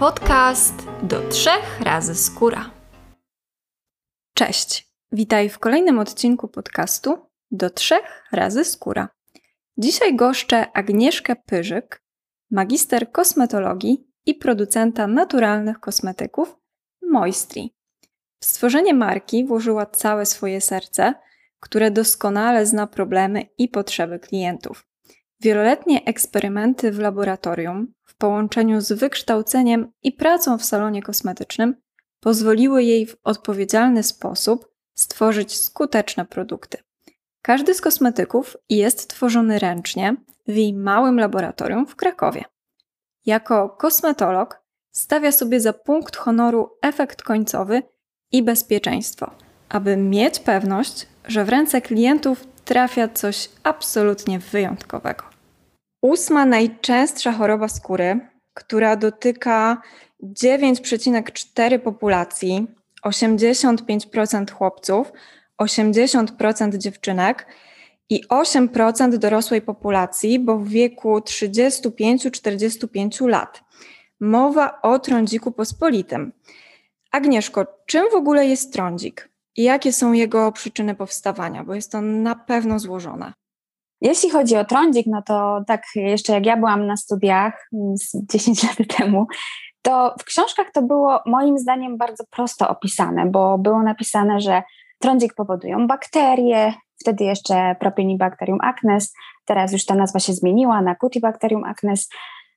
Podcast do 3 razy skóra. Cześć, witaj w kolejnym odcinku podcastu do 3 razy skóra. Dzisiaj goszczę Agnieszkę Pyrzyk, magister kosmetologii i producenta naturalnych kosmetyków Moistry. W stworzenie marki włożyła całe swoje serce, które doskonale zna problemy i potrzeby klientów. Wieloletnie eksperymenty w laboratorium w połączeniu z wykształceniem i pracą w salonie kosmetycznym pozwoliły jej w odpowiedzialny sposób stworzyć skuteczne produkty. Każdy z kosmetyków jest tworzony ręcznie w jej małym laboratorium w Krakowie. Jako kosmetolog stawia sobie za punkt honoru efekt końcowy i bezpieczeństwo, aby mieć pewność, że w ręce klientów trafia coś absolutnie wyjątkowego. 8. najczęstsza choroba skóry, która dotyka 9,4% populacji, 85% chłopców, 80% dziewczynek i 8% dorosłej populacji, bo w wieku 35-45 lat. Mowa o trądziku pospolitym. Agnieszko, czym w ogóle jest trądzik i jakie są jego przyczyny powstawania, bo jest to na pewno złożone? Jeśli chodzi o trądzik, no to tak jeszcze jak ja byłam na studiach 10 lat temu, to w książkach to było moim zdaniem bardzo prosto opisane, bo było napisane, że trądzik powodują bakterie, wtedy jeszcze Propionibacterium acnes, teraz już ta nazwa się zmieniła na Cutibacterium acnes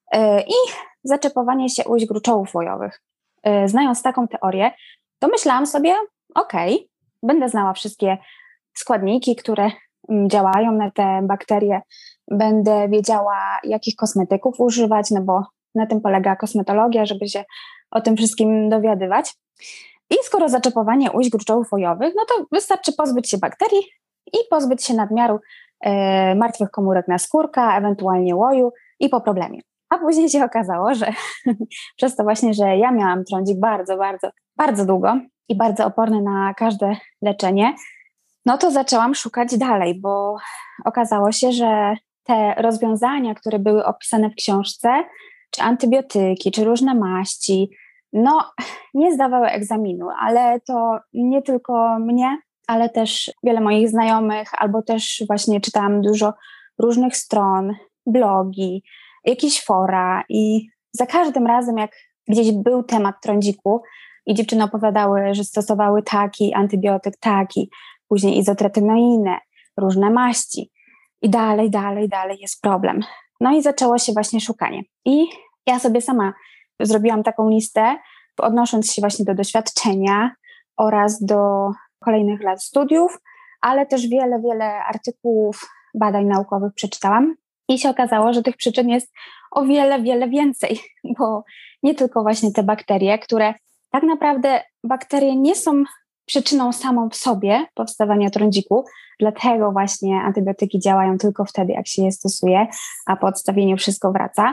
i zaczepowanie się ujść gruczołów łojowych. Znając taką teorię, to myślałam sobie, okej, będę znała wszystkie składniki, które działają na te bakterie, będę wiedziała, jakich kosmetyków używać, no bo na tym polega kosmetologia, żeby się o tym wszystkim dowiadywać. I skoro zaczepowanie ujść gruczołów łojowych, no to wystarczy pozbyć się bakterii i pozbyć się nadmiaru martwych komórek naskórka, ewentualnie łoju i po problemie. A później się okazało, że przez to właśnie, że ja miałam trądzik bardzo długo i bardzo oporny na każde leczenie, no to zaczęłam szukać dalej, bo okazało się, że te rozwiązania, które były opisane w książce, czy antybiotyki, czy różne maści, no nie zdawały egzaminu, ale to nie tylko mnie, ale też wiele moich znajomych, albo też właśnie czytałam dużo różnych stron, blogi, jakieś fora i za każdym razem, jak gdzieś był temat trądziku i dziewczyny opowiadały, że stosowały taki antybiotyk, taki, później izotretinoinę, różne maści i dalej jest problem. No i zaczęło się właśnie szukanie. I ja sobie sama zrobiłam taką listę, odnosząc się właśnie do doświadczenia oraz do kolejnych lat studiów, ale też wiele artykułów, badań naukowych przeczytałam i się okazało, że tych przyczyn jest o wiele więcej, bo nie tylko właśnie te bakterie, które tak naprawdę bakterie nie są przyczyną samą w sobie powstawania trądziku, dlatego właśnie antybiotyki działają tylko wtedy, jak się je stosuje, a po odstawieniu wszystko wraca.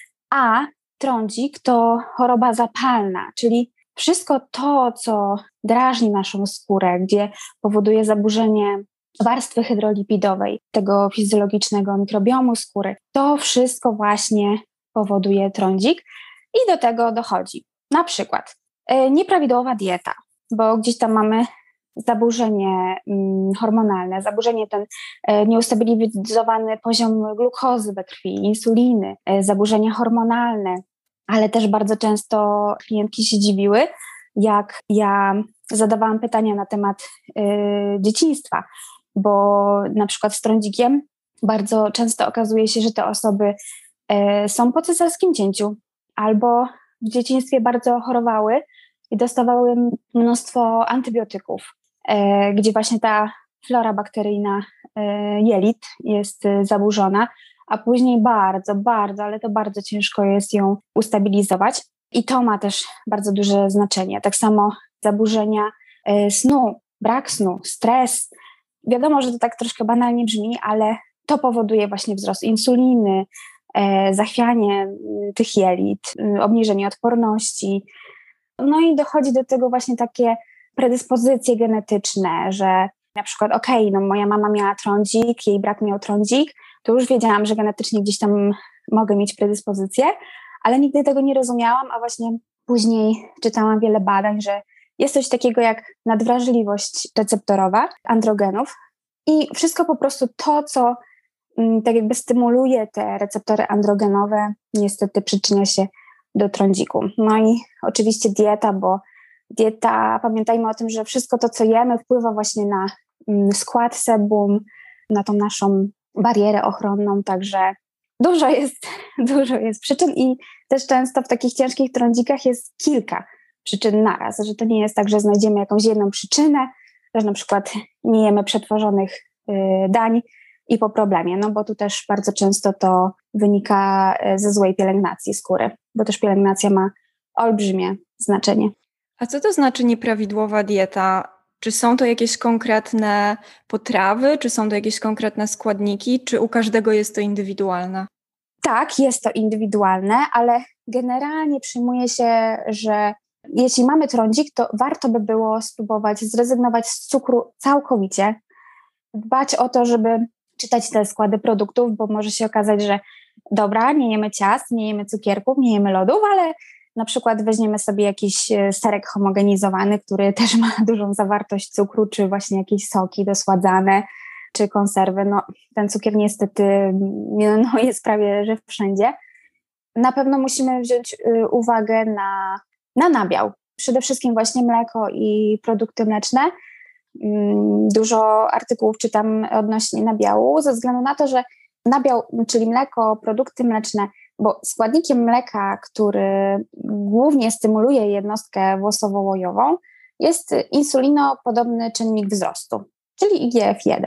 A trądzik to choroba zapalna, czyli wszystko to, co drażni naszą skórę, gdzie powoduje zaburzenie warstwy hydrolipidowej, tego fizjologicznego mikrobiomu skóry, to wszystko właśnie powoduje trądzik i do tego dochodzi na przykład nieprawidłowa dieta, bo gdzieś tam mamy zaburzenie hormonalne, zaburzenie ten nieustabilizowany poziom glukozy we krwi, insuliny, zaburzenia hormonalne, ale też bardzo często klientki się dziwiły, jak ja zadawałam pytania na temat dzieciństwa, bo na przykład z trądzikiem bardzo często okazuje się, że te osoby są po cesarskim cięciu albo w dzieciństwie bardzo chorowały i dostawały mnóstwo antybiotyków, gdzie właśnie ta flora bakteryjna jelit jest zaburzona, a później ale to bardzo ciężko jest ją ustabilizować i to ma też bardzo duże znaczenie. Tak samo zaburzenia snu, brak snu, stres. Wiadomo, że to tak troszkę banalnie brzmi, ale to powoduje właśnie wzrost insuliny, zachwianie tych jelit, obniżenie odporności. No i dochodzi do tego właśnie takie predyspozycje genetyczne, że na przykład no moja mama miała trądzik, jej brat miał trądzik, to już wiedziałam, że genetycznie gdzieś tam mogę mieć predyspozycję, ale nigdy tego nie rozumiałam, a właśnie później czytałam wiele badań, że jest coś takiego jak nadwrażliwość receptorowa androgenów i wszystko po prostu to, co tak jakby stymuluje te receptory androgenowe, niestety przyczynia się do trądziku. No i oczywiście dieta, bo dieta, pamiętajmy o tym, że wszystko to, co jemy, wpływa właśnie na skład sebum, na tą naszą barierę ochronną, także dużo jest przyczyn i też często w takich ciężkich trądzikach jest kilka przyczyn naraz, że to nie jest tak, że znajdziemy jakąś jedną przyczynę, że na przykład nie jemy przetworzonych dań i po problemie, no bo tu też bardzo często to wynika ze złej pielęgnacji skóry, bo też pielęgnacja ma olbrzymie znaczenie. A co to znaczy nieprawidłowa dieta? Czy są to jakieś konkretne potrawy, czy są to jakieś konkretne składniki, czy u każdego jest to indywidualne? Tak, jest to indywidualne, ale generalnie przyjmuje się, że jeśli mamy trądzik, to warto by było spróbować zrezygnować z cukru całkowicie, dbać o to, żeby czytać te składy produktów, bo może się okazać, że dobra, nie jemy ciast, nie jemy cukierków, nie jemy lodów, ale na przykład weźmiemy sobie jakiś serek homogenizowany, który też ma dużą zawartość cukru, czy właśnie jakieś soki dosładzane, czy konserwy. No, ten cukier niestety jest prawie że wszędzie. Na pewno musimy wziąć uwagę na nabiał. Przede wszystkim właśnie mleko i produkty mleczne. Dużo artykułów czytam odnośnie nabiału, ze względu na to, że nabiał, czyli mleko, produkty mleczne, bo składnikiem mleka, który głównie stymuluje jednostkę włosowo-łojową, jest insulinopodobny czynnik wzrostu, czyli IGF-1.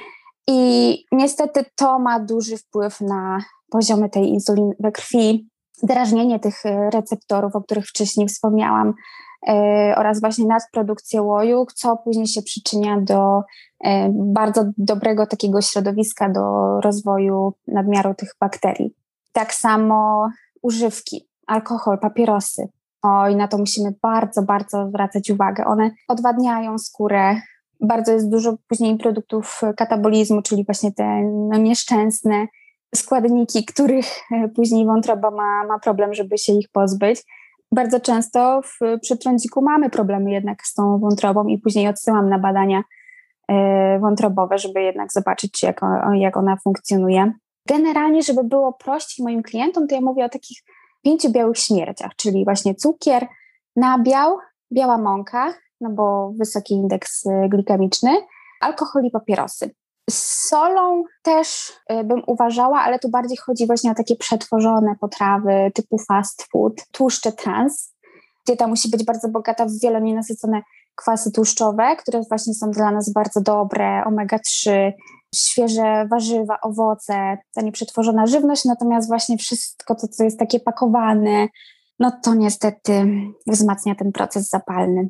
I niestety to ma duży wpływ na poziomy tej insuliny we krwi, drażnienie tych receptorów, o których wcześniej wspomniałam, oraz właśnie nadprodukcję łoju, co później się przyczynia do bardzo dobrego takiego środowiska do rozwoju nadmiaru tych bakterii. Tak samo używki, alkohol, papierosy. Oj, na to musimy bardzo, bardzo zwracać uwagę. One odwadniają skórę. Bardzo jest dużo później produktów katabolizmu, czyli właśnie te nieszczęsne składniki, których później wątroba ma problem, żeby się ich pozbyć. Bardzo często przy trądziku mamy problemy jednak z tą wątrobą i później odsyłam na badania wątrobowe, żeby jednak zobaczyć, jak ona funkcjonuje. Generalnie, żeby było prościej moim klientom, to ja mówię o takich 5 białych śmierciach, czyli właśnie cukier, nabiał, biała mąka, no bo wysoki indeks glikemiczny, alkohol i papierosy. Z solą też bym uważała, ale tu bardziej chodzi właśnie o takie przetworzone potrawy typu fast food, tłuszcze trans. Dieta musi być bardzo bogata w wielonienasycone kwasy tłuszczowe, które właśnie są dla nas bardzo dobre, omega-3, świeże warzywa, owoce, ta nieprzetworzona żywność, natomiast właśnie wszystko to, co jest takie pakowane, no to niestety wzmacnia ten proces zapalny.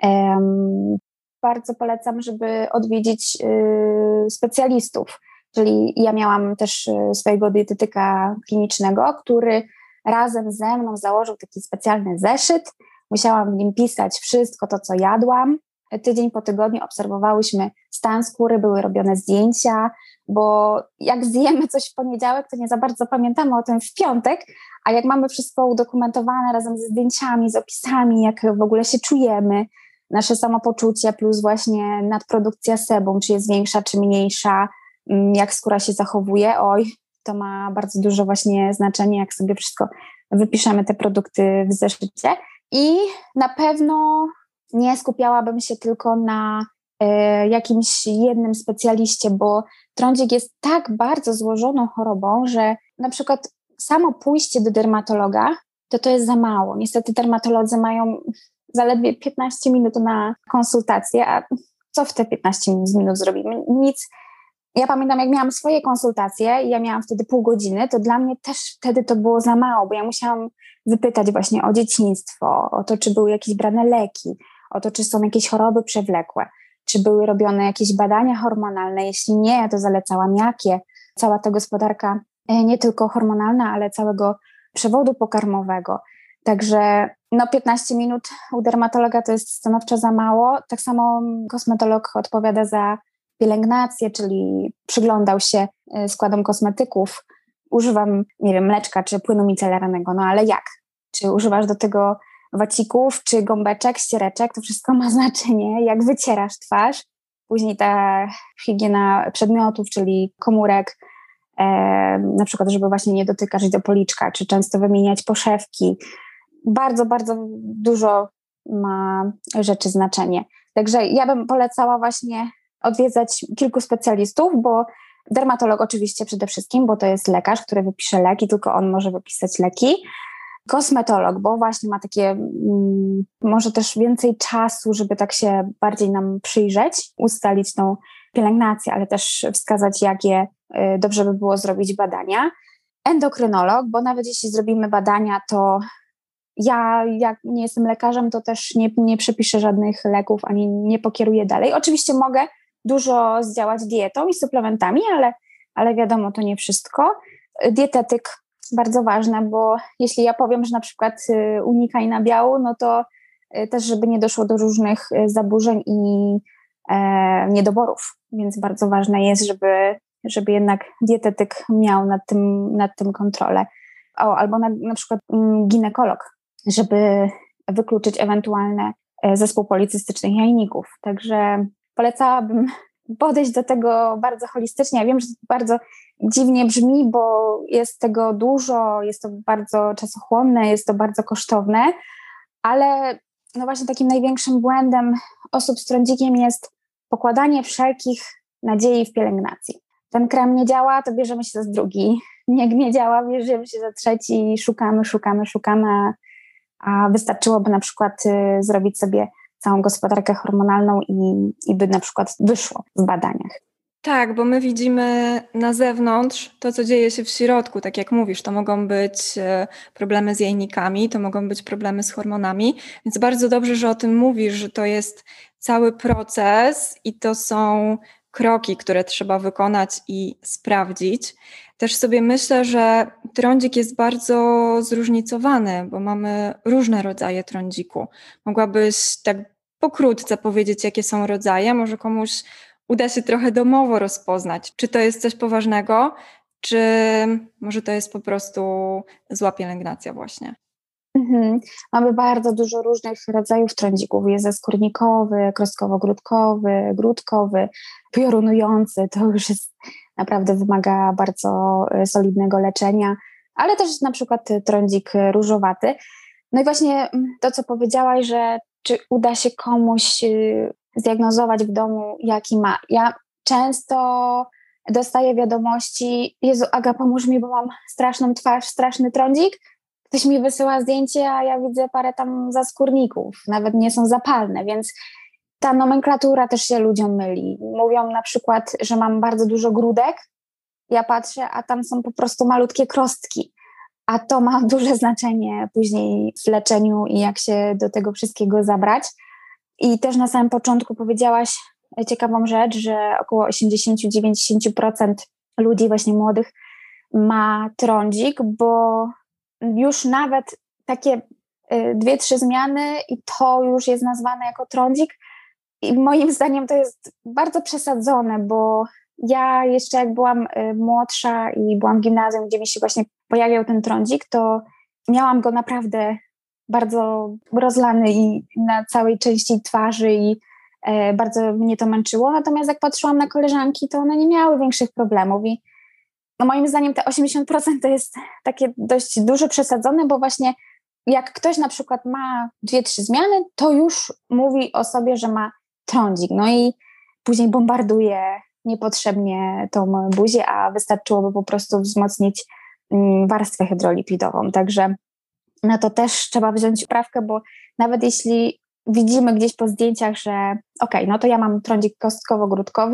Bardzo polecam, żeby odwiedzić specjalistów, czyli ja miałam też swojego dietetyka klinicznego, który razem ze mną założył taki specjalny zeszyt. Musiałam w nim pisać wszystko to, co jadłam. Tydzień po tygodniu obserwowałyśmy stan skóry, były robione zdjęcia, bo jak zjemy coś w poniedziałek, to nie za bardzo pamiętamy o tym w piątek, a jak mamy wszystko udokumentowane razem ze zdjęciami, z opisami, jak w ogóle się czujemy, nasze samopoczucie plus właśnie nadprodukcja sebum, czy jest większa, czy mniejsza, jak skóra się zachowuje, oj, to ma bardzo dużo właśnie znaczenie, jak sobie wszystko wypiszemy te produkty w zeszycie. I na pewno nie skupiałabym się tylko na jakimś jednym specjaliście, bo trądzik jest tak bardzo złożoną chorobą, że na przykład samo pójście do dermatologa to jest za mało. Niestety dermatolodzy mają zaledwie 15 minut na konsultację, a co w te 15 minut zrobimy? Nic. Ja pamiętam, jak miałam swoje konsultacje i ja miałam wtedy pół godziny, to dla mnie też wtedy to było za mało, bo ja musiałam wypytać właśnie o dzieciństwo, o to, czy były jakieś brane leki, o to, czy są jakieś choroby przewlekłe, czy były robione jakieś badania hormonalne, jeśli nie, to zalecałam jakie. Cała ta gospodarka nie tylko hormonalna, ale całego przewodu pokarmowego. Także 15 minut u dermatologa to jest stanowczo za mało. Tak samo kosmetolog odpowiada za pielęgnację, czyli przyglądał się składom kosmetyków używam, nie wiem, mleczka czy płynu micelarnego, no ale jak? Czy używasz do tego wacików, czy gąbeczek, ściereczek? To wszystko ma znaczenie, jak wycierasz twarz. Później ta higiena przedmiotów, czyli komórek, na przykład, żeby właśnie nie dotykać do policzka, czy często wymieniać poszewki. Bardzo, bardzo dużo ma rzeczy znaczenie. Także ja bym polecała właśnie odwiedzać kilku specjalistów, bo dermatolog oczywiście przede wszystkim, bo to jest lekarz, który wypisze leki, tylko on może wypisać leki. Kosmetolog, bo właśnie ma takie może też więcej czasu, żeby tak się bardziej nam przyjrzeć, ustalić tą pielęgnację, ale też wskazać, jakie dobrze by było zrobić badania. Endokrynolog, bo nawet jeśli zrobimy badania, to ja, jak nie jestem lekarzem, to też nie przepiszę żadnych leków, ani nie pokieruję dalej. Oczywiście mogę dużo zdziałać dietą i suplementami, ale wiadomo, to nie wszystko. Dietetyk, bardzo ważne, bo jeśli ja powiem, że na przykład unikaj nabiału, no to też, żeby nie doszło do różnych zaburzeń i niedoborów, więc bardzo ważne jest, żeby jednak dietetyk miał nad tym kontrolę. Albo na przykład ginekolog, żeby wykluczyć ewentualne zespół policystycznych jajników. Także polecałabym podejść do tego bardzo holistycznie. Ja wiem, że to bardzo dziwnie brzmi, bo jest tego dużo, jest to bardzo czasochłonne, jest to bardzo kosztowne, ale no właśnie takim największym błędem osób z trądzikiem jest pokładanie wszelkich nadziei w pielęgnacji. Ten krem nie działa, to bierzemy się za drugi. Nie działa, bierzemy się za trzeci, szukamy, a wystarczyłoby na przykład zrobić sobie całą gospodarkę hormonalną i by na przykład wyszło w badaniach. Tak, bo my widzimy na zewnątrz to, co dzieje się w środku. Tak jak mówisz, to mogą być problemy z jajnikami, to mogą być problemy z hormonami, więc bardzo dobrze, że o tym mówisz, że to jest cały proces i to są kroki, które trzeba wykonać i sprawdzić. Też sobie myślę, że trądzik jest bardzo zróżnicowany, bo mamy różne rodzaje trądziku. Mogłabyś tak pokrótce powiedzieć, jakie są rodzaje? Może komuś uda się trochę domowo rozpoznać, czy to jest coś poważnego, czy może to jest po prostu zła pielęgnacja właśnie. Mamy bardzo dużo różnych rodzajów trądzików. Jest zaskórnikowy, krostkowo-grudkowy, grudkowy, piorunujący. To już jest naprawdę wymaga bardzo solidnego leczenia, ale też na przykład trądzik różowaty. No i właśnie to, co powiedziałaś, że czy uda się komuś zdiagnozować w domu, jaki ma. Ja często dostaję wiadomości: Jezu, Aga, pomóż mi, bo mam straszną twarz, straszny trądzik. Ktoś mi wysyła zdjęcie, a ja widzę parę tam zaskórników. Nawet nie są zapalne, więc ta nomenklatura też się ludziom myli. Mówią na przykład, że mam bardzo dużo grudek. Ja patrzę, a tam są po prostu malutkie krostki. A to ma duże znaczenie później w leczeniu i jak się do tego wszystkiego zabrać. I też na samym początku powiedziałaś ciekawą rzecz, że około 80-90% ludzi właśnie młodych ma trądzik, bo już nawet takie 2-3 zmiany i to już jest nazwane jako trądzik. I moim zdaniem to jest bardzo przesadzone, bo ja jeszcze jak byłam młodsza i byłam w gimnazjum, gdzie mi się właśnie pojawiał ten trądzik, to miałam go naprawdę bardzo rozlany i na całej części twarzy i bardzo mnie to męczyło. Natomiast jak patrzyłam na koleżanki, to one nie miały większych problemów i no moim zdaniem te 80% to jest takie dość dużo przesadzone, bo właśnie jak ktoś na przykład ma 2-3 zmiany, to już mówi o sobie, że ma trądzik. No i później bombarduje niepotrzebnie tą buzię, a wystarczyłoby po prostu wzmocnić warstwę hydrolipidową. Także na to też trzeba wziąć poprawkę, bo nawet jeśli widzimy gdzieś po zdjęciach, że no to ja mam trądzik kostkowo-grudkowy,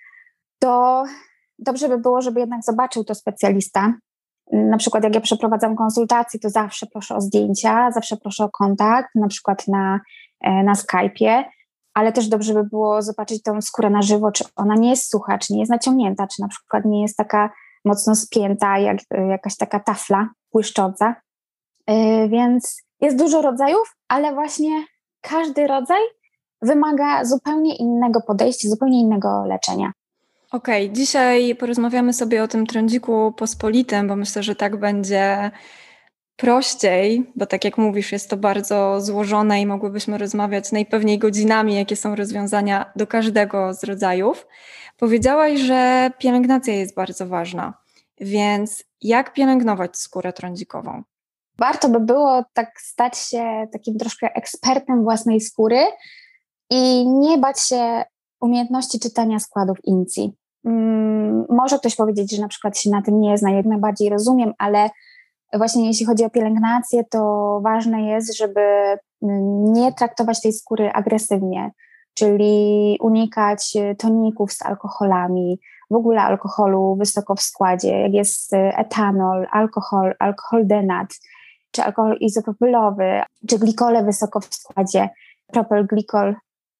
to dobrze by było, żeby jednak zobaczył to specjalista. Na przykład jak ja przeprowadzam konsultacje, to zawsze proszę o zdjęcia, zawsze proszę o kontakt, na przykład na Skype'ie, ale też dobrze by było zobaczyć tą skórę na żywo, czy ona nie jest sucha, czy nie jest naciągnięta, czy na przykład nie jest taka mocno spięta, jak jakaś taka tafla błyszcząca. Więc jest dużo rodzajów, ale właśnie każdy rodzaj wymaga zupełnie innego podejścia, zupełnie innego leczenia. Okej, dzisiaj porozmawiamy sobie o tym trądziku pospolitym, bo myślę, że tak będzie prościej, bo tak jak mówisz, jest to bardzo złożone i mogłybyśmy rozmawiać najpewniej godzinami, jakie są rozwiązania do każdego z rodzajów. Powiedziałaś, że pielęgnacja jest bardzo ważna, więc jak pielęgnować skórę trądzikową? Warto by było tak stać się takim troszkę ekspertem własnej skóry i nie bać się umiejętności czytania składów INCI. Może ktoś powiedzieć, że na przykład się na tym nie zna, jak najbardziej rozumiem, ale właśnie jeśli chodzi o pielęgnację, to ważne jest, żeby nie traktować tej skóry agresywnie, czyli unikać toników z alkoholami, w ogóle alkoholu wysoko w składzie, jak jest etanol, alkoholdenat, czy alkohol izopropylowy, czy glikole wysoko w składzie, propylglikol,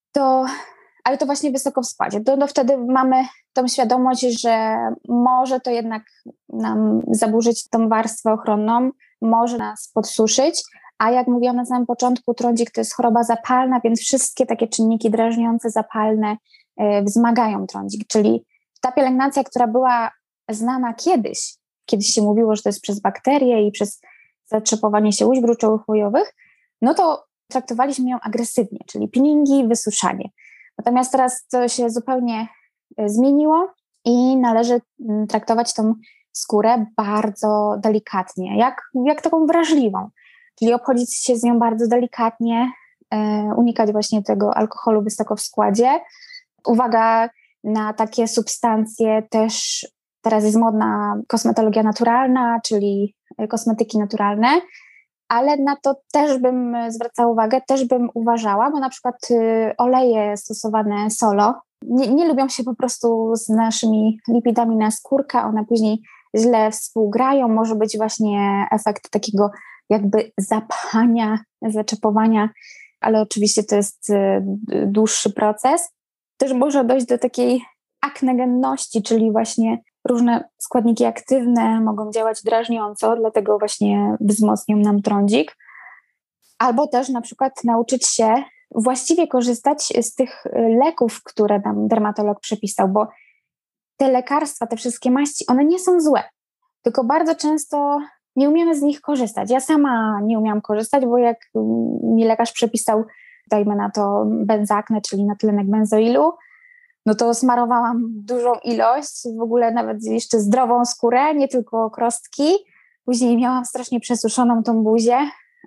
ale to właśnie wysoko w składzie. To wtedy mamy tą świadomość, że może to jednak nam zaburzyć tą warstwę ochronną, może nas podsuszyć, a jak mówiłam na samym początku, trądzik to jest choroba zapalna, więc wszystkie takie czynniki drażniące, zapalne wzmagają trądzik, czyli ta pielęgnacja, która była znana kiedyś się mówiło, że to jest przez bakterie i przez zatrzepowanie się łuź gruczołych łojowych, no to traktowaliśmy ją agresywnie, czyli peelingi, wysuszanie. Natomiast teraz to się zupełnie zmieniło i należy traktować tą skórę bardzo delikatnie, jak taką wrażliwą, czyli obchodzić się z nią bardzo delikatnie, unikać właśnie tego alkoholu wysoko w składzie. Uwaga na takie substancje też, teraz jest modna kosmetologia naturalna, czyli kosmetyki naturalne, ale na to też bym zwracała uwagę, też bym uważała, bo na przykład oleje stosowane solo nie lubią się po prostu z naszymi lipidami na skórkę, one później źle współgrają, może być właśnie efekt takiego jakby zapchania, zaczepowania, ale oczywiście to jest dłuższy proces. Też może dojść do takiej aknegenności, czyli właśnie różne składniki aktywne mogą działać drażniąco, dlatego właśnie wzmocnią nam trądzik. Albo też na przykład nauczyć się właściwie korzystać z tych leków, które nam dermatolog przepisał, bo te lekarstwa, te wszystkie maści, one nie są złe, tylko bardzo często nie umiemy z nich korzystać. Ja sama nie umiałam korzystać, bo jak mi lekarz przepisał, dajmy na to benzaknę, czyli natlenek benzoilu, no to smarowałam dużą ilość, w ogóle nawet jeszcze zdrową skórę, nie tylko krostki. Później miałam strasznie przesuszoną tą buzię,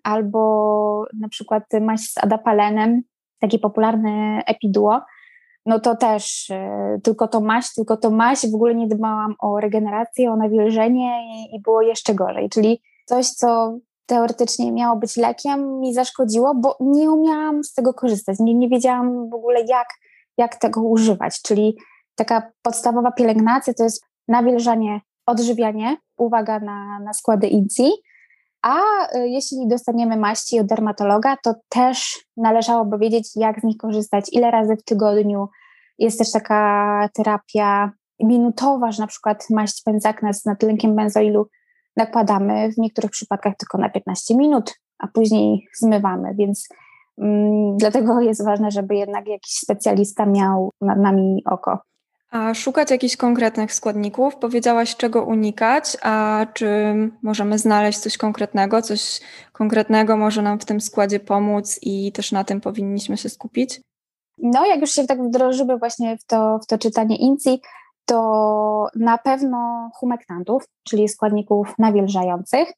albo na przykład maść z adapalenem, taki popularny Epiduo, no to też tylko to maść, w ogóle nie dbałam o regenerację, o nawilżenie i było jeszcze gorzej, czyli coś, co teoretycznie miało być lekiem, mi zaszkodziło, bo nie umiałam z tego korzystać, nie wiedziałam w ogóle jak tego używać, czyli taka podstawowa pielęgnacja to jest nawilżanie, odżywianie, uwaga na składy INCI, a jeśli dostaniemy maści od dermatologa, to też należałoby wiedzieć, jak z nich korzystać, ile razy w tygodniu. Jest też taka terapia minutowa, że na przykład maść benzaknę z natlenkiem benzoilu nakładamy w niektórych przypadkach tylko na 15 minut, a później zmywamy, więc dlatego jest ważne, żeby jednak jakiś specjalista miał nad nami oko. A szukać jakichś konkretnych składników? Powiedziałaś, czego unikać, a czy możemy znaleźć coś konkretnego może nam w tym składzie pomóc i też na tym powinniśmy się skupić? No, jak już się tak wdrożymy właśnie w to czytanie INCI, to na pewno humekantów, czyli składników nawilżających,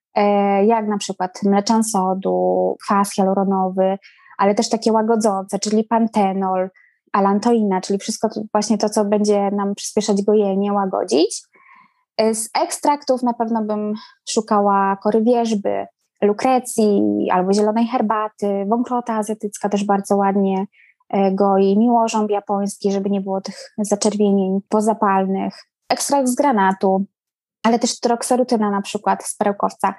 jak na przykład mleczan sodu, kwas hialuronowy, ale też takie łagodzące, czyli pantenol, alantoina, czyli wszystko właśnie to, co będzie nam przyspieszać gojenie, łagodzić. Z ekstraktów na pewno bym szukała kory wierzby, lukrecji albo zielonej herbaty, wąkrota azjatycka też bardzo ładnie goi, miłożąb japoński, żeby nie było tych zaczerwienień pozapalnych, ekstrakt z granatu, ale też trokserutyna na przykład z perełkowca.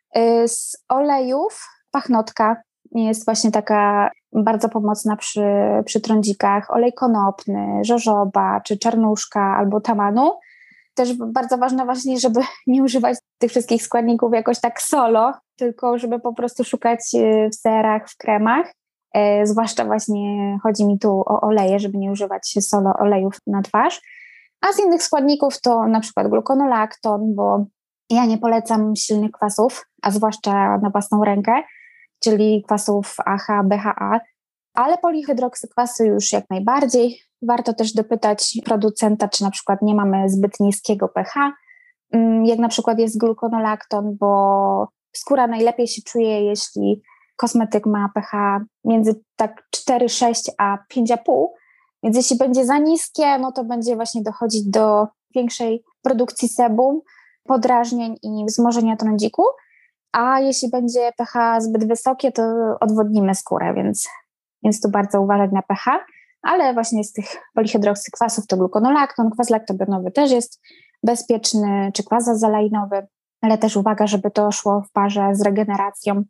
Z olejów pachnotka jest właśnie taka bardzo pomocna przy trądzikach, olej konopny, żożoba, czy czarnuszka albo tamanu. Też bardzo ważne właśnie, żeby nie używać tych wszystkich składników jakoś tak solo, tylko żeby po prostu szukać w serach, w kremach. Zwłaszcza właśnie chodzi mi tu o oleje, żeby nie używać solo olejów na twarz. A z innych składników to na przykład gluconolakton, bo ja nie polecam silnych kwasów, a zwłaszcza na własną rękę, czyli kwasów AHA, BHA, ale polihydroksykwasy już jak najbardziej. Warto też dopytać producenta, czy na przykład nie mamy zbyt niskiego pH, jak na przykład jest gluconolakton, bo skóra najlepiej się czuje, jeśli kosmetyk ma pH między tak 4,6 a 5,5, więc jeśli będzie za niskie, no to będzie właśnie dochodzić do większej produkcji sebum, podrażnień i wzmożenia trądziku, a jeśli będzie pH zbyt wysokie, to odwodnimy skórę, więc tu bardzo uważać na pH, ale właśnie z tych polihydroksykwasów to gluconolakton, kwas laktobionowy też jest bezpieczny, czy kwas azelainowy, ale też uwaga, żeby to szło w parze z regeneracją.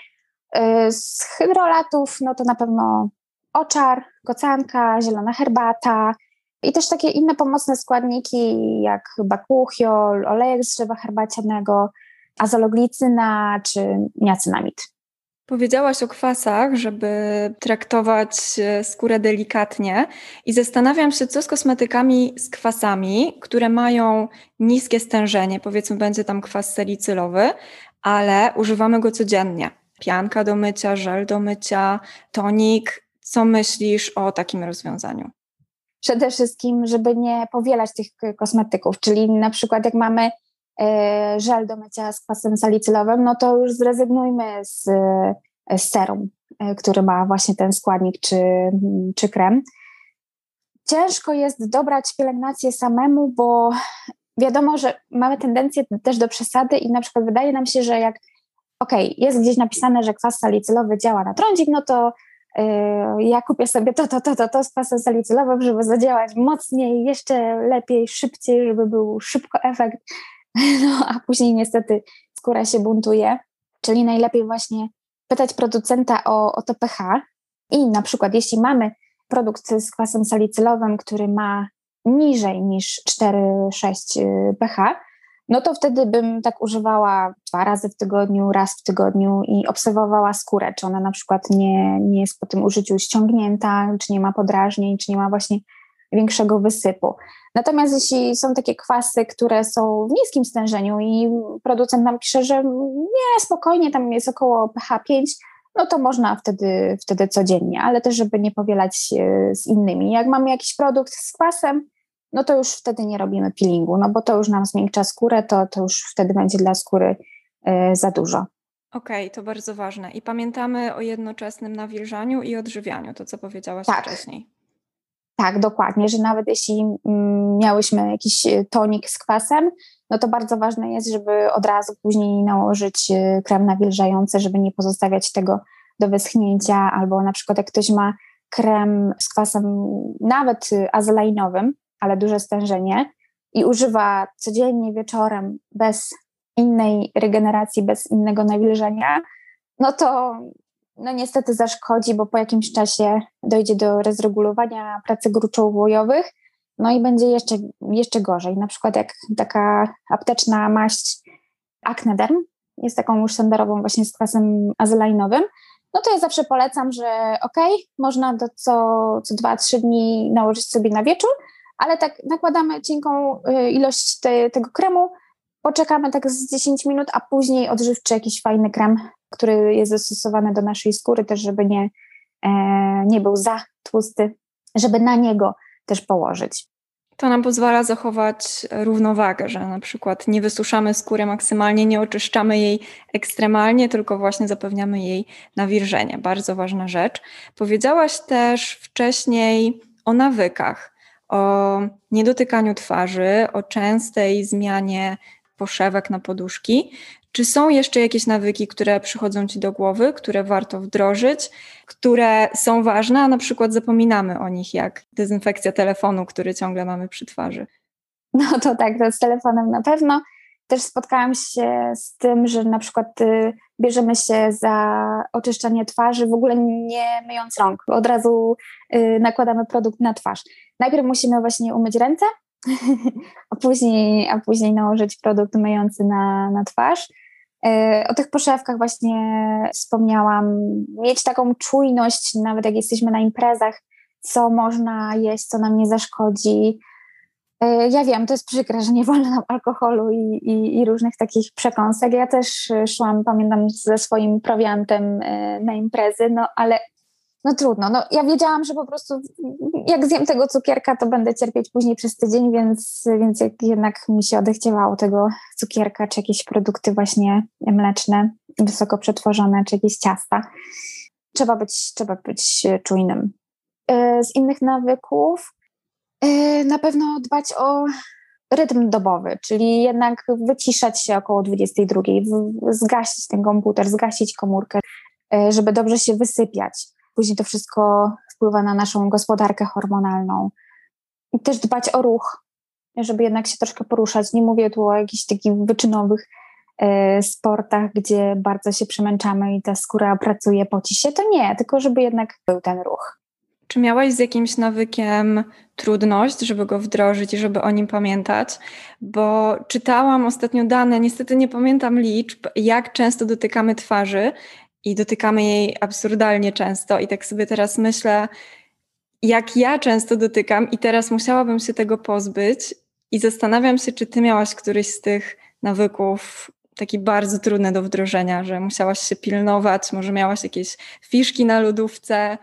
Z hydrolatów, no to na pewno oczar, kocanka, zielona herbata i też takie inne pomocne składniki jak bakuchiol, olejek z drzewa herbacianego, azologlicyna czy niacynamid. Powiedziałaś o kwasach, żeby traktować skórę delikatnie i zastanawiam się, co z kosmetykami z kwasami, które mają niskie stężenie, powiedzmy będzie tam kwas salicylowy, ale używamy go codziennie. Pianka do mycia, żel do mycia, tonik. Co myślisz o takim rozwiązaniu? Przede wszystkim, żeby nie powielać tych kosmetyków, czyli na przykład jak mamy żel do mycia z kwasem salicylowym, no to już zrezygnujmy z serum, który ma właśnie ten składnik czy krem. Ciężko jest dobrać pielęgnację samemu, bo wiadomo, że mamy tendencję też do przesady i na przykład wydaje nam się, że jak jest gdzieś napisane, że kwas salicylowy działa na trądzik, no to ja kupię sobie to z kwasem salicylowym, żeby zadziałać mocniej, jeszcze lepiej, szybciej, żeby był szybko efekt, no a później niestety skóra się buntuje, czyli najlepiej właśnie pytać producenta o to pH i na przykład jeśli mamy produkt z kwasem salicylowym, który ma niżej niż 4,6 pH, no to wtedy bym tak używała 2 razy w tygodniu, raz w tygodniu i obserwowała skórę, czy ona na przykład nie jest po tym użyciu ściągnięta, czy nie ma podrażnień, czy nie ma właśnie większego wysypu. Natomiast jeśli są takie kwasy, które są w niskim stężeniu i producent nam pisze, że nie, spokojnie, tam jest około pH 5, no to można wtedy codziennie, ale też żeby nie powielać z innymi. Jak mamy jakiś produkt z kwasem, no to już wtedy nie robimy peelingu, no bo to już nam zmiękcza skórę, to już wtedy będzie dla skóry za dużo. Okej, to bardzo ważne. I pamiętamy o jednoczesnym nawilżaniu i odżywianiu, to co powiedziałaś wcześniej. Tak, dokładnie, że nawet jeśli miałyśmy jakiś tonik z kwasem, no to bardzo ważne jest, żeby od razu później nałożyć krem nawilżający, żeby nie pozostawiać tego do wyschnięcia, albo na przykład jak ktoś ma krem z kwasem nawet azelainowym, ale duże stężenie i używa codziennie wieczorem bez innej regeneracji, bez innego nawilżenia, no to niestety zaszkodzi, bo po jakimś czasie dojdzie do rezregulowania pracy gruczołów-łojowych, no i będzie jeszcze gorzej. Na przykład jak taka apteczna maść Acnederm, jest taką już sztandarową właśnie z kwasem azelainowym, no to ja zawsze polecam, że można co 2-3 dni nałożyć sobie na wieczór, ale tak nakładamy cienką ilość tego kremu, poczekamy tak z 10 minut, a później odżywczy jakiś fajny krem, który jest dostosowany do naszej skóry, też żeby nie był za tłusty, żeby na niego też położyć. To nam pozwala zachować równowagę, że na przykład nie wysuszamy skóry maksymalnie, nie oczyszczamy jej ekstremalnie, tylko właśnie zapewniamy jej nawilżenie. Bardzo ważna rzecz. Powiedziałaś też wcześniej o nawykach, o niedotykaniu twarzy, o częstej zmianie poszewek na poduszki. Czy są jeszcze jakieś nawyki, które przychodzą Ci do głowy, które warto wdrożyć, które są ważne, a na przykład zapominamy o nich, jak dezynfekcja telefonu, który ciągle mamy przy twarzy? No to tak, to z telefonem na pewno. Też spotkałam się z tym, że na przykład bierzemy się za oczyszczanie twarzy, w ogóle nie myjąc rąk. Od razu nakładamy produkt na twarz. Najpierw musimy właśnie umyć ręce, a później nałożyć produkt myjący na twarz. O tych poszewkach właśnie wspomniałam. Mieć taką czujność, nawet jak jesteśmy na imprezach, co można jeść, co nam nie zaszkodzi. Ja wiem, to jest przykre, że nie wolno nam alkoholu i różnych takich przekąsek. Ja też szłam, pamiętam, ze swoim prowiantem na imprezy, no ale no trudno. No, ja wiedziałam, że po prostu jak zjem tego cukierka, to będę cierpieć później przez tydzień, więc jak jednak mi się odechciewało tego cukierka, czy jakieś produkty właśnie mleczne, wysoko przetworzone, czy jakieś ciasta. Trzeba być czujnym. Z innych nawyków na pewno dbać o rytm dobowy, czyli jednak wyciszać się około 22, zgasić ten komputer, zgasić komórkę, żeby dobrze się wysypiać. Później to wszystko wpływa na naszą gospodarkę hormonalną. I też dbać o ruch, żeby jednak się troszkę poruszać. Nie mówię tu o jakichś takich wyczynowych sportach, gdzie bardzo się przemęczamy i ta skóra pracuje, poci się. To nie, tylko żeby jednak był ten ruch. Czy miałaś z jakimś nawykiem trudność, żeby go wdrożyć i żeby o nim pamiętać? Bo czytałam ostatnio dane, niestety nie pamiętam liczb, jak często dotykamy twarzy i dotykamy jej absurdalnie często. I tak sobie teraz myślę, jak ja często dotykam i teraz musiałabym się tego pozbyć i zastanawiam się, czy ty miałaś któryś z tych nawyków taki bardzo trudny do wdrożenia, że musiałaś się pilnować, może miałaś jakieś fiszki na lodówce.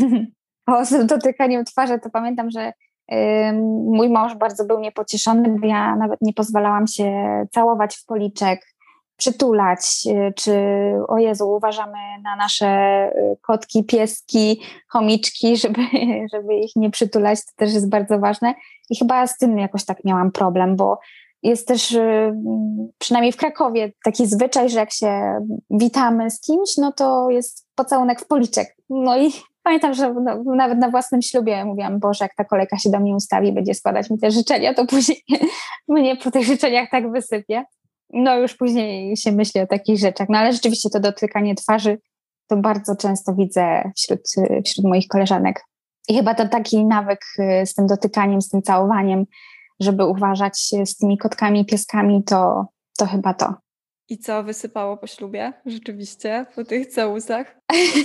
Z dotykaniem twarzy to pamiętam, że mój mąż bardzo był niepocieszony, bo ja nawet nie pozwalałam się całować w policzek, przytulać, czy o Jezu, uważamy na nasze kotki, pieski, chomiczki, żeby ich nie przytulać, to też jest bardzo ważne. I chyba z tym jakoś tak miałam problem, bo jest też, przynajmniej w Krakowie, taki zwyczaj, że jak się witamy z kimś, no to jest pocałunek w policzek. No i pamiętam, że nawet na własnym ślubie mówiłam, Boże, jak ta kolejka się do mnie ustawi, będzie składać mi te życzenia, to później mnie po tych życzeniach tak wysypie. No już później się myśli o takich rzeczach. No ale rzeczywiście to dotykanie twarzy to bardzo często widzę wśród moich koleżanek. I chyba to taki nawyk z tym dotykaniem, z tym całowaniem, żeby uważać z tymi kotkami i pieskami, to chyba to. I co wysypało po ślubie? Rzeczywiście, po tych całusach?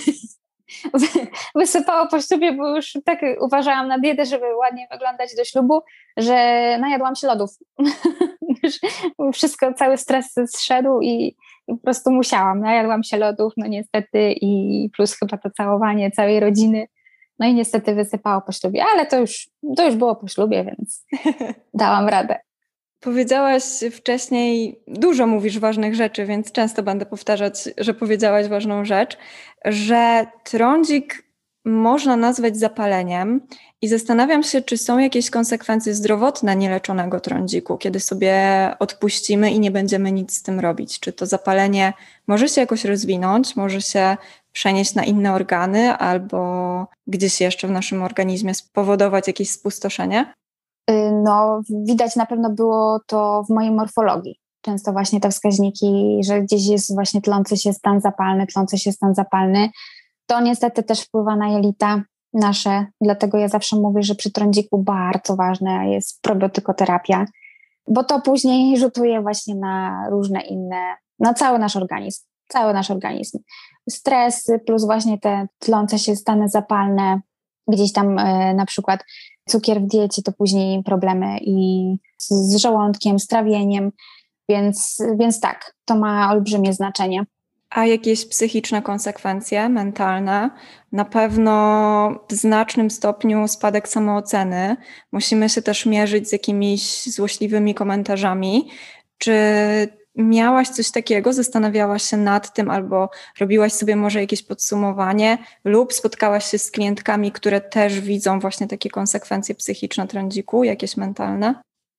Wysypało po ślubie, bo już tak uważałam na dietę, żeby ładnie wyglądać do ślubu, że najadłam się lodów. Wszystko, cały stres zszedł i po prostu musiałam. Najadłam się lodów, no niestety, i plus chyba to całowanie całej rodziny. No i niestety wysypało po ślubie, ale to już było po ślubie, więc dałam radę. Powiedziałaś wcześniej, dużo mówisz ważnych rzeczy, więc często będę powtarzać, że powiedziałaś ważną rzecz, że trądzik można nazwać zapaleniem i zastanawiam się, czy są jakieś konsekwencje zdrowotne nieleczonego trądziku, kiedy sobie odpuścimy i nie będziemy nic z tym robić. Czy to zapalenie może się jakoś rozwinąć, może się przenieść na inne organy albo gdzieś jeszcze w naszym organizmie spowodować jakieś spustoszenie? No, widać na pewno było to w mojej morfologii. Często właśnie te wskaźniki, że gdzieś jest właśnie tlący się stan zapalny. To niestety też wpływa na jelita nasze, dlatego ja zawsze mówię, że przy trądziku bardzo ważna jest probiotykoterapia, bo to później rzutuje właśnie na różne inne, na cały nasz organizm. Stresy plus właśnie te tlące się stany zapalne, gdzieś tam na przykład cukier w diecie, to później problemy i z żołądkiem, z trawieniem, więc tak, to ma olbrzymie znaczenie. A jakieś psychiczne konsekwencje mentalne? Na pewno w znacznym stopniu spadek samooceny. Musimy się też mierzyć z jakimiś złośliwymi komentarzami. Czy miałaś coś takiego? Zastanawiałaś się nad tym albo robiłaś sobie może jakieś podsumowanie lub spotkałaś się z klientkami, które też widzą właśnie takie konsekwencje psychiczne trądziku, jakieś mentalne?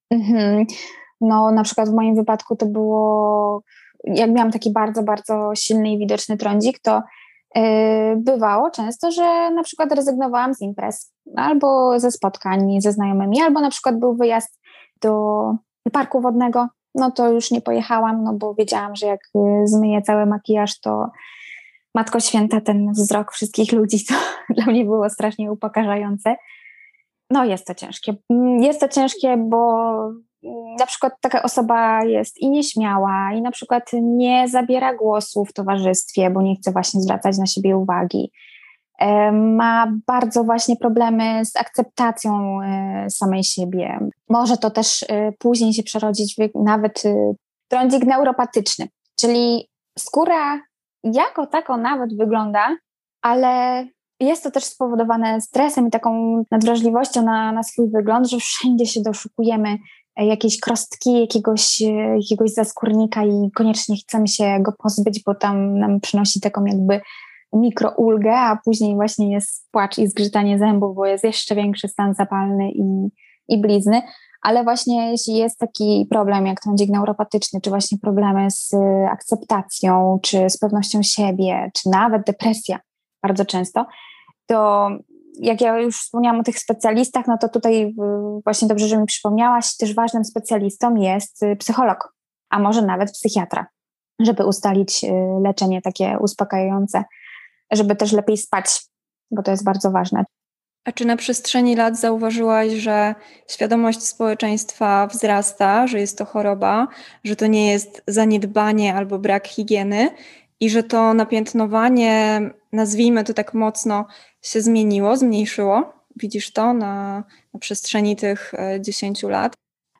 No na przykład w moim wypadku to było, jak miałam taki bardzo, bardzo silny i widoczny trądzik, to bywało często, że na przykład rezygnowałam z imprez albo ze spotkań ze znajomymi, albo na przykład był wyjazd do parku wodnego, no to już nie pojechałam, no bo wiedziałam, że jak zmyję cały makijaż, to Matko Święta, ten wzrok wszystkich ludzi, to dla mnie było strasznie upokarzające. No jest to ciężkie. Jest to ciężkie, bo na przykład taka osoba jest i nieśmiała, i na przykład nie zabiera głosu w towarzystwie, bo nie chce właśnie zwracać na siebie uwagi. ma bardzo właśnie problemy z akceptacją samej siebie. Może to też później się przerodzić w nawet trądzik neuropatyczny, czyli skóra jako tako nawet wygląda, ale jest to też spowodowane stresem i taką nadwrażliwością na swój wygląd, że wszędzie się doszukujemy jakiejś krostki, jakiegoś zaskórnika i koniecznie chcemy się go pozbyć, bo tam nam przynosi taką jakby mikroulgę, a później właśnie jest płacz i zgrzytanie zębów, bo jest jeszcze większy stan zapalny i blizny. Ale właśnie jeśli jest taki problem jak trądzik neuropatyczny, czy właśnie problemy z akceptacją, czy z pewnością siebie, czy nawet depresja bardzo często, to jak ja już wspomniałam o tych specjalistach, no to tutaj właśnie dobrze, że mi przypomniałaś, też ważnym specjalistą jest psycholog, a może nawet psychiatra, żeby ustalić leczenie takie uspokajające, żeby też lepiej spać, bo to jest bardzo ważne. A czy na przestrzeni lat zauważyłaś, że świadomość społeczeństwa wzrasta, że jest to choroba, że to nie jest zaniedbanie albo brak higieny i że to napiętnowanie, nazwijmy to tak mocno, się zmieniło, zmniejszyło? Widzisz to na przestrzeni tych 10 lat?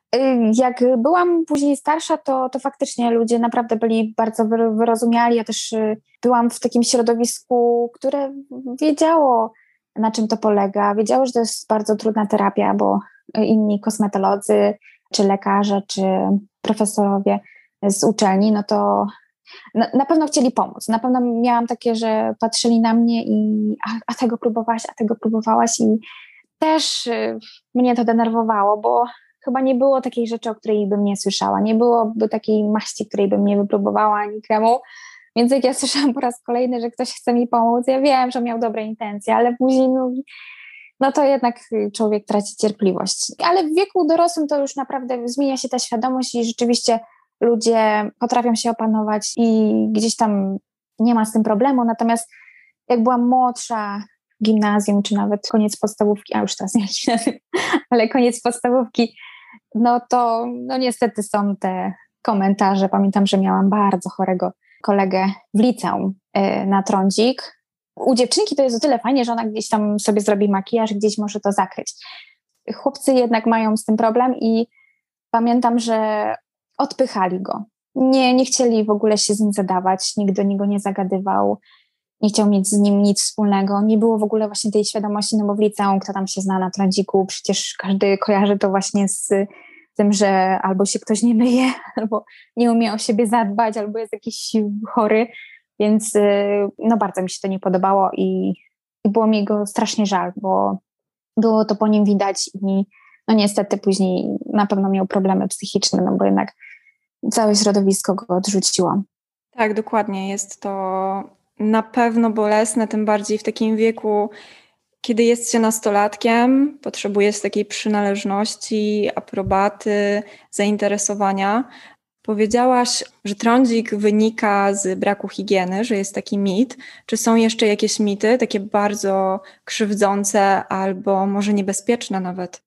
Jak byłam później starsza, to faktycznie ludzie naprawdę byli bardzo wyrozumiali. Ja też byłam w takim środowisku, które wiedziało, na czym to polega. Wiedziało, że to jest bardzo trudna terapia, bo inni kosmetolodzy, czy lekarze, czy profesorowie z uczelni, no to na pewno chcieli pomóc. Na pewno miałam takie, że patrzyli na mnie i a tego próbowałaś, a tego próbowałaś i też mnie to denerwowało, bo chyba nie było takiej rzeczy, o której bym nie słyszała. Nie byłoby takiej maści, której bym nie wypróbowała, ani kremu. Więc jak ja słyszałam po raz kolejny, że ktoś chce mi pomóc, ja wiem, że miał dobre intencje, ale później no to jednak człowiek traci cierpliwość. Ale w wieku dorosłym to już naprawdę zmienia się ta świadomość i rzeczywiście ludzie potrafią się opanować i gdzieś tam nie ma z tym problemu. Natomiast jak byłam młodsza, gimnazjum, czy nawet koniec podstawówki, a już teraz nie gimnazjum, ale koniec podstawówki, no to niestety są te komentarze. Pamiętam, że miałam bardzo chorego kolegę w liceum na trądzik. U dziewczynki to jest o tyle fajnie, że ona gdzieś tam sobie zrobi makijaż, gdzieś może to zakryć. Chłopcy jednak mają z tym problem i pamiętam, że odpychali go. Nie chcieli w ogóle się z nim zadawać, nikt do niego nie zagadywał, nie chciał mieć z nim nic wspólnego. Nie było w ogóle właśnie tej świadomości, no bo w liceum, kto tam się zna na trądziku, przecież każdy kojarzy to właśnie z tym, że albo się ktoś nie myje, albo nie umie o siebie zadbać, albo jest jakiś chory, więc no bardzo mi się to nie podobało i było mi go strasznie żal, bo było to po nim widać i no niestety później na pewno miał problemy psychiczne, no bo jednak całe środowisko go odrzuciło. Tak, dokładnie. Jest to na pewno bolesne, tym bardziej w takim wieku, kiedy jest się nastolatkiem, potrzebuje się takiej przynależności, aprobaty, zainteresowania. Powiedziałaś, że trądzik wynika z braku higieny, że jest taki mit. Czy są jeszcze jakieś mity, takie bardzo krzywdzące albo może niebezpieczne nawet?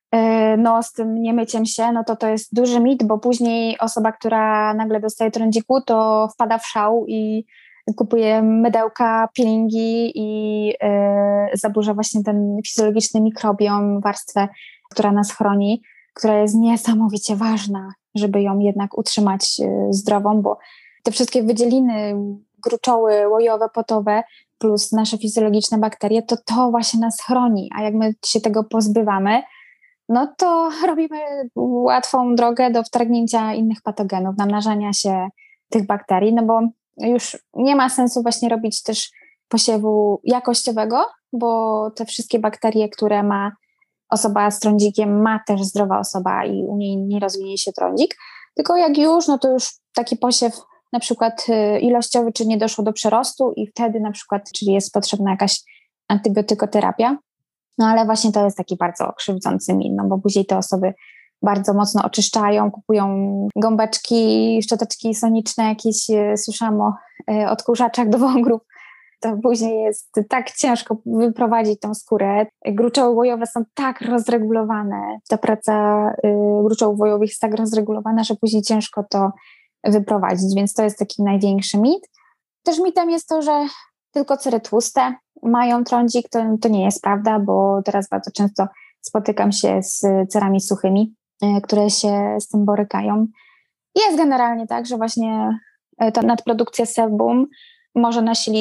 No z tym niemyciem się, no to jest duży mit, bo później osoba, która nagle dostaje trądziku, to wpada w szał i kupuje mydełka, peelingi i zaburza właśnie ten fizjologiczny mikrobiom, warstwę, która nas chroni, która jest niesamowicie ważna, żeby ją jednak utrzymać zdrową, bo te wszystkie wydzieliny, gruczoły, łojowe, potowe, plus nasze fizjologiczne bakterie, to właśnie nas chroni, a jak my się tego pozbywamy, no to robimy łatwą drogę do wtargnięcia innych patogenów, namnażania się tych bakterii, no bo już nie ma sensu właśnie robić też posiewu jakościowego, bo te wszystkie bakterie, które ma osoba z trądzikiem, ma też zdrowa osoba i u niej nie rozwinie się trądzik, tylko jak już, no to już taki posiew na przykład ilościowy, czy nie doszło do przerostu i wtedy na przykład, czyli jest potrzebna jakaś antybiotykoterapia, no ale właśnie to jest taki bardzo krzywdzący mit, no bo później te osoby bardzo mocno oczyszczają, kupują gąbeczki, szczoteczki soniczne jakieś, słyszałam o odkurzaczach do wągrów, to później jest tak ciężko wyprowadzić tą skórę. Gruczoły łojowe są tak rozregulowane, ta praca gruczołów łojowych jest tak rozregulowana, że później ciężko to wyprowadzić, więc to jest taki największy mit. Też mitem jest to, że tylko cery tłuste mają trądzik. To nie jest prawda, bo teraz bardzo często spotykam się z cerami suchymi, które się z tym borykają. Jest generalnie tak, że właśnie ta nadprodukcja sebum może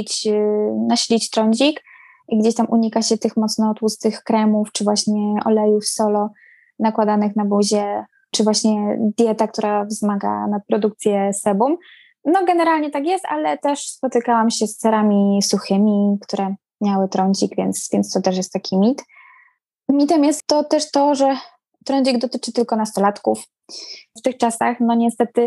nasilić trądzik i gdzieś tam unika się tych mocno tłustych kremów, czy właśnie olejów solo nakładanych na buzię, czy właśnie dieta, która wzmaga nadprodukcję sebum. No generalnie tak jest, ale też spotykałam się z cerami suchymi, które miały trądzik, więc to też jest taki mit. Mitem jest to też to, że trądzik dotyczy tylko nastolatków. W tych czasach, no niestety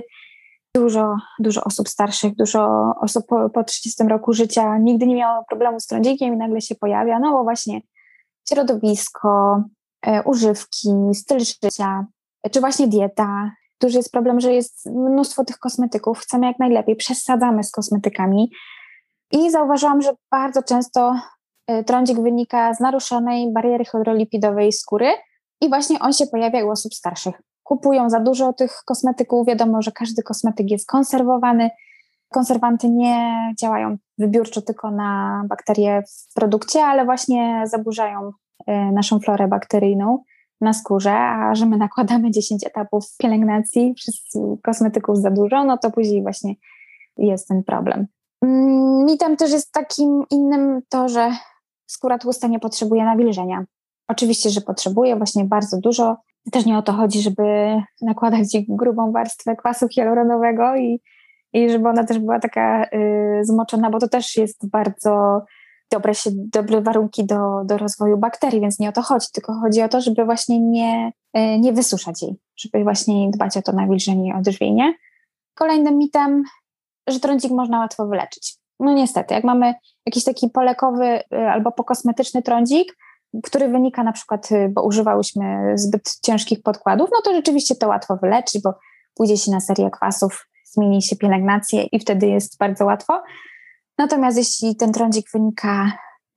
dużo osób starszych, dużo osób po 30 roku życia nigdy nie miało problemu z trądzikiem i nagle się pojawia, no bo właśnie środowisko, używki, styl życia, czy właśnie dieta. Duży jest problem, że jest mnóstwo tych kosmetyków, chcemy jak najlepiej, przesadzamy z kosmetykami i zauważyłam, że bardzo często trądzik wynika z naruszonej bariery hydrolipidowej skóry i właśnie on się pojawia u osób starszych. Kupują za dużo tych kosmetyków, wiadomo, że każdy kosmetyk jest konserwowany. Konserwanty nie działają wybiórczo tylko na bakterie w produkcie, ale właśnie zaburzają naszą florę bakteryjną na skórze, a że my nakładamy 10 etapów pielęgnacji przez kosmetyków za dużo, no to później właśnie jest ten problem. Mitem też jest takim innym to, że skóra tłusta nie potrzebuje nawilżenia. Oczywiście, że potrzebuje właśnie bardzo dużo. Też nie o to chodzi, żeby nakładać grubą warstwę kwasu hialuronowego i żeby ona też była taka zmoczona, bo to też jest bardzo dobre warunki do rozwoju bakterii, więc nie o to chodzi, tylko chodzi o to, żeby właśnie nie wysuszać jej, żeby właśnie dbać o to nawilżenie i odżywienie. Kolejnym mitem, że trądzik można łatwo wyleczyć. No niestety, jak mamy jakiś taki polekowy albo pokosmetyczny trądzik, który wynika na przykład, bo używałyśmy zbyt ciężkich podkładów, no to rzeczywiście to łatwo wyleczyć, bo pójdzie się na serię kwasów, zmieni się pielęgnację i wtedy jest bardzo łatwo. Natomiast jeśli ten trądzik wynika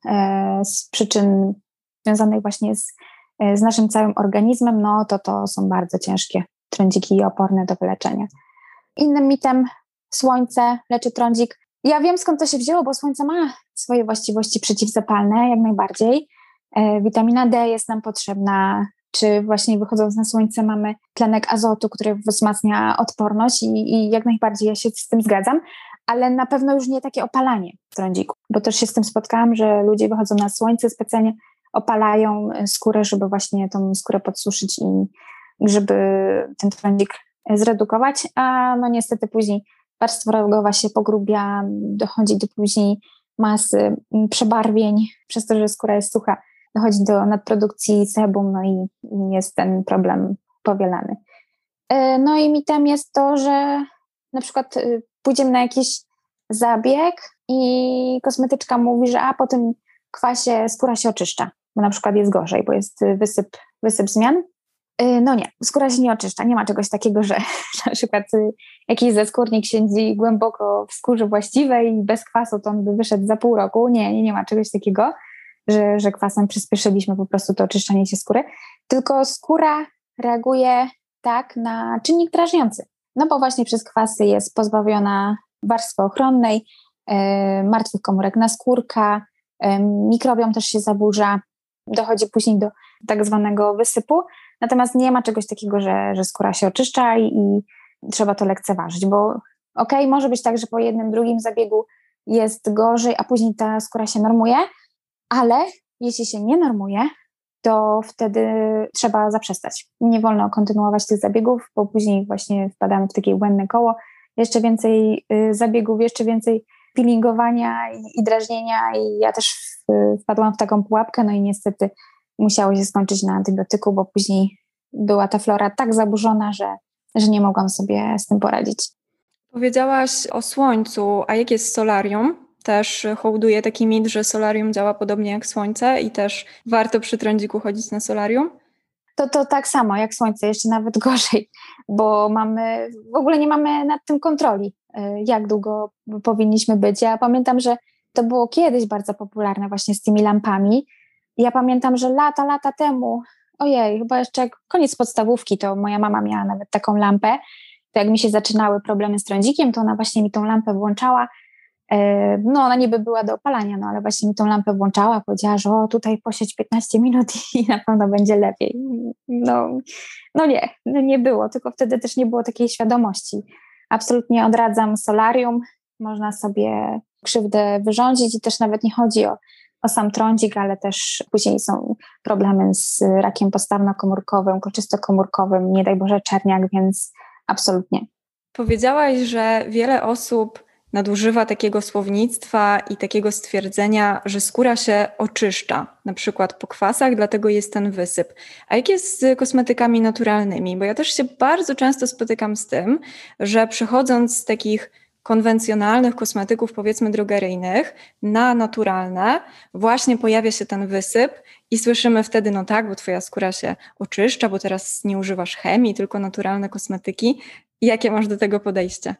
z przyczyn związanych właśnie z naszym całym organizmem, no to są bardzo ciężkie trądziki i oporne do wyleczenia. Innym mitem, słońce leczy trądzik. Ja wiem, skąd to się wzięło, bo słońce ma swoje właściwości przeciwzapalne, jak najbardziej. Witamina D jest nam potrzebna, czy właśnie wychodząc na słońce mamy tlenek azotu, który wzmacnia odporność i jak najbardziej ja się z tym zgadzam, ale na pewno już nie takie opalanie trądziku, bo też się z tym spotkałam, że ludzie wychodzą na słońce, specjalnie opalają skórę, żeby właśnie tą skórę podsuszyć i żeby ten trądzik zredukować, a no niestety później warstwa rogowa się pogrubia, dochodzi do później masy, przebarwień, przez to, że skóra jest sucha, dochodzi do nadprodukcji sebum, no i jest ten problem powielany. No i mitem jest to, że na przykład pójdziemy na jakiś zabieg i kosmetyczka mówi, że po tym kwasie skóra się oczyszcza, bo na przykład jest gorzej, bo jest wysyp zmian. No nie, skóra się nie oczyszcza, nie ma czegoś takiego, że na przykład jakiś zaskórnik siedzi głęboko w skórze właściwej i bez kwasu to on by wyszedł za pół roku. Nie ma czegoś takiego, że kwasem przyspieszyliśmy po prostu to oczyszczanie się skóry, tylko skóra reaguje tak na czynnik drażniący, no bo właśnie przez kwasy jest pozbawiona warstwy ochronnej, martwych komórek naskórka, mikrobiom też się zaburza, dochodzi później do tak zwanego wysypu, natomiast nie ma czegoś takiego, że skóra się oczyszcza i trzeba to lekceważyć, bo może być tak, że po jednym, drugim zabiegu jest gorzej, a później ta skóra się normuje, ale jeśli się nie normuje, to wtedy trzeba zaprzestać. Nie wolno kontynuować tych zabiegów, bo później właśnie wpadamy w takie błędne koło. Jeszcze więcej zabiegów, jeszcze więcej peelingowania i drażnienia i ja też wpadłam w taką pułapkę, no i niestety musiało się skończyć na antybiotyku, bo później była ta flora tak zaburzona, że nie mogłam sobie z tym poradzić. Powiedziałaś o słońcu, a jak jest z solarium? Też hołduje taki mit, że solarium działa podobnie jak słońce i też warto przy trądziku chodzić na solarium? To tak samo jak słońce, jeszcze nawet gorzej, bo w ogóle nie mamy nad tym kontroli, jak długo powinniśmy być. Ja pamiętam, że to było kiedyś bardzo popularne właśnie z tymi lampami. Ja pamiętam, że lata temu, chyba jeszcze jak koniec podstawówki, to moja mama miała nawet taką lampę. To jak mi się zaczynały problemy z trądzikiem, to ona właśnie mi tą lampę włączała No ona niby była do opalania, no ale właśnie mi tą lampę włączała, powiedziała, że tutaj posiedź 15 minut i na pewno będzie lepiej. No nie, nie było, tylko wtedy też nie było takiej świadomości. Absolutnie odradzam solarium, można sobie krzywdę wyrządzić i też nawet nie chodzi o sam trądzik, ale też później są problemy z rakiem postawno-komórkowym, kolczystokomórkowym, nie daj Boże czerniak, więc absolutnie. Powiedziałaś, że wiele osób nadużywa takiego słownictwa i takiego stwierdzenia, że skóra się oczyszcza, na przykład po kwasach, dlatego jest ten wysyp. A jak jest z kosmetykami naturalnymi? Bo ja też się bardzo często spotykam z tym, że przechodząc z takich konwencjonalnych kosmetyków, powiedzmy drogeryjnych, na naturalne, właśnie pojawia się ten wysyp i słyszymy wtedy, no tak, bo twoja skóra się oczyszcza, bo teraz nie używasz chemii, tylko naturalne kosmetyki. Jakie masz do tego podejście?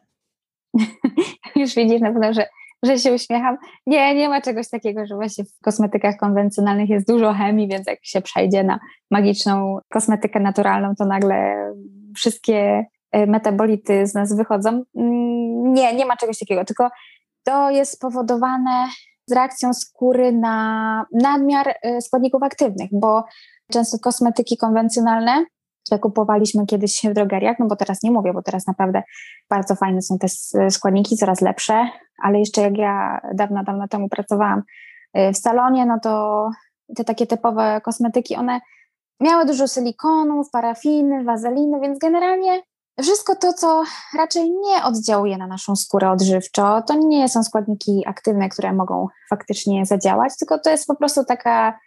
Już widzisz na pewno, że się uśmiecham. Nie ma czegoś takiego, że właśnie w kosmetykach konwencjonalnych jest dużo chemii, więc jak się przejdzie na magiczną kosmetykę naturalną, to nagle wszystkie metabolity z nas wychodzą. Nie ma czegoś takiego, tylko to jest spowodowane z reakcją skóry na nadmiar składników aktywnych, bo często kosmetyki konwencjonalne, które kupowaliśmy kiedyś w drogeriach, no bo teraz nie mówię, bo teraz naprawdę bardzo fajne są te składniki, coraz lepsze, ale jeszcze jak ja dawno temu pracowałam w salonie, no to te takie typowe kosmetyki, one miały dużo silikonów, parafiny, wazeliny, więc generalnie wszystko to, co raczej nie oddziałuje na naszą skórę odżywczo, to nie są składniki aktywne, które mogą faktycznie zadziałać, tylko to jest po prostu tak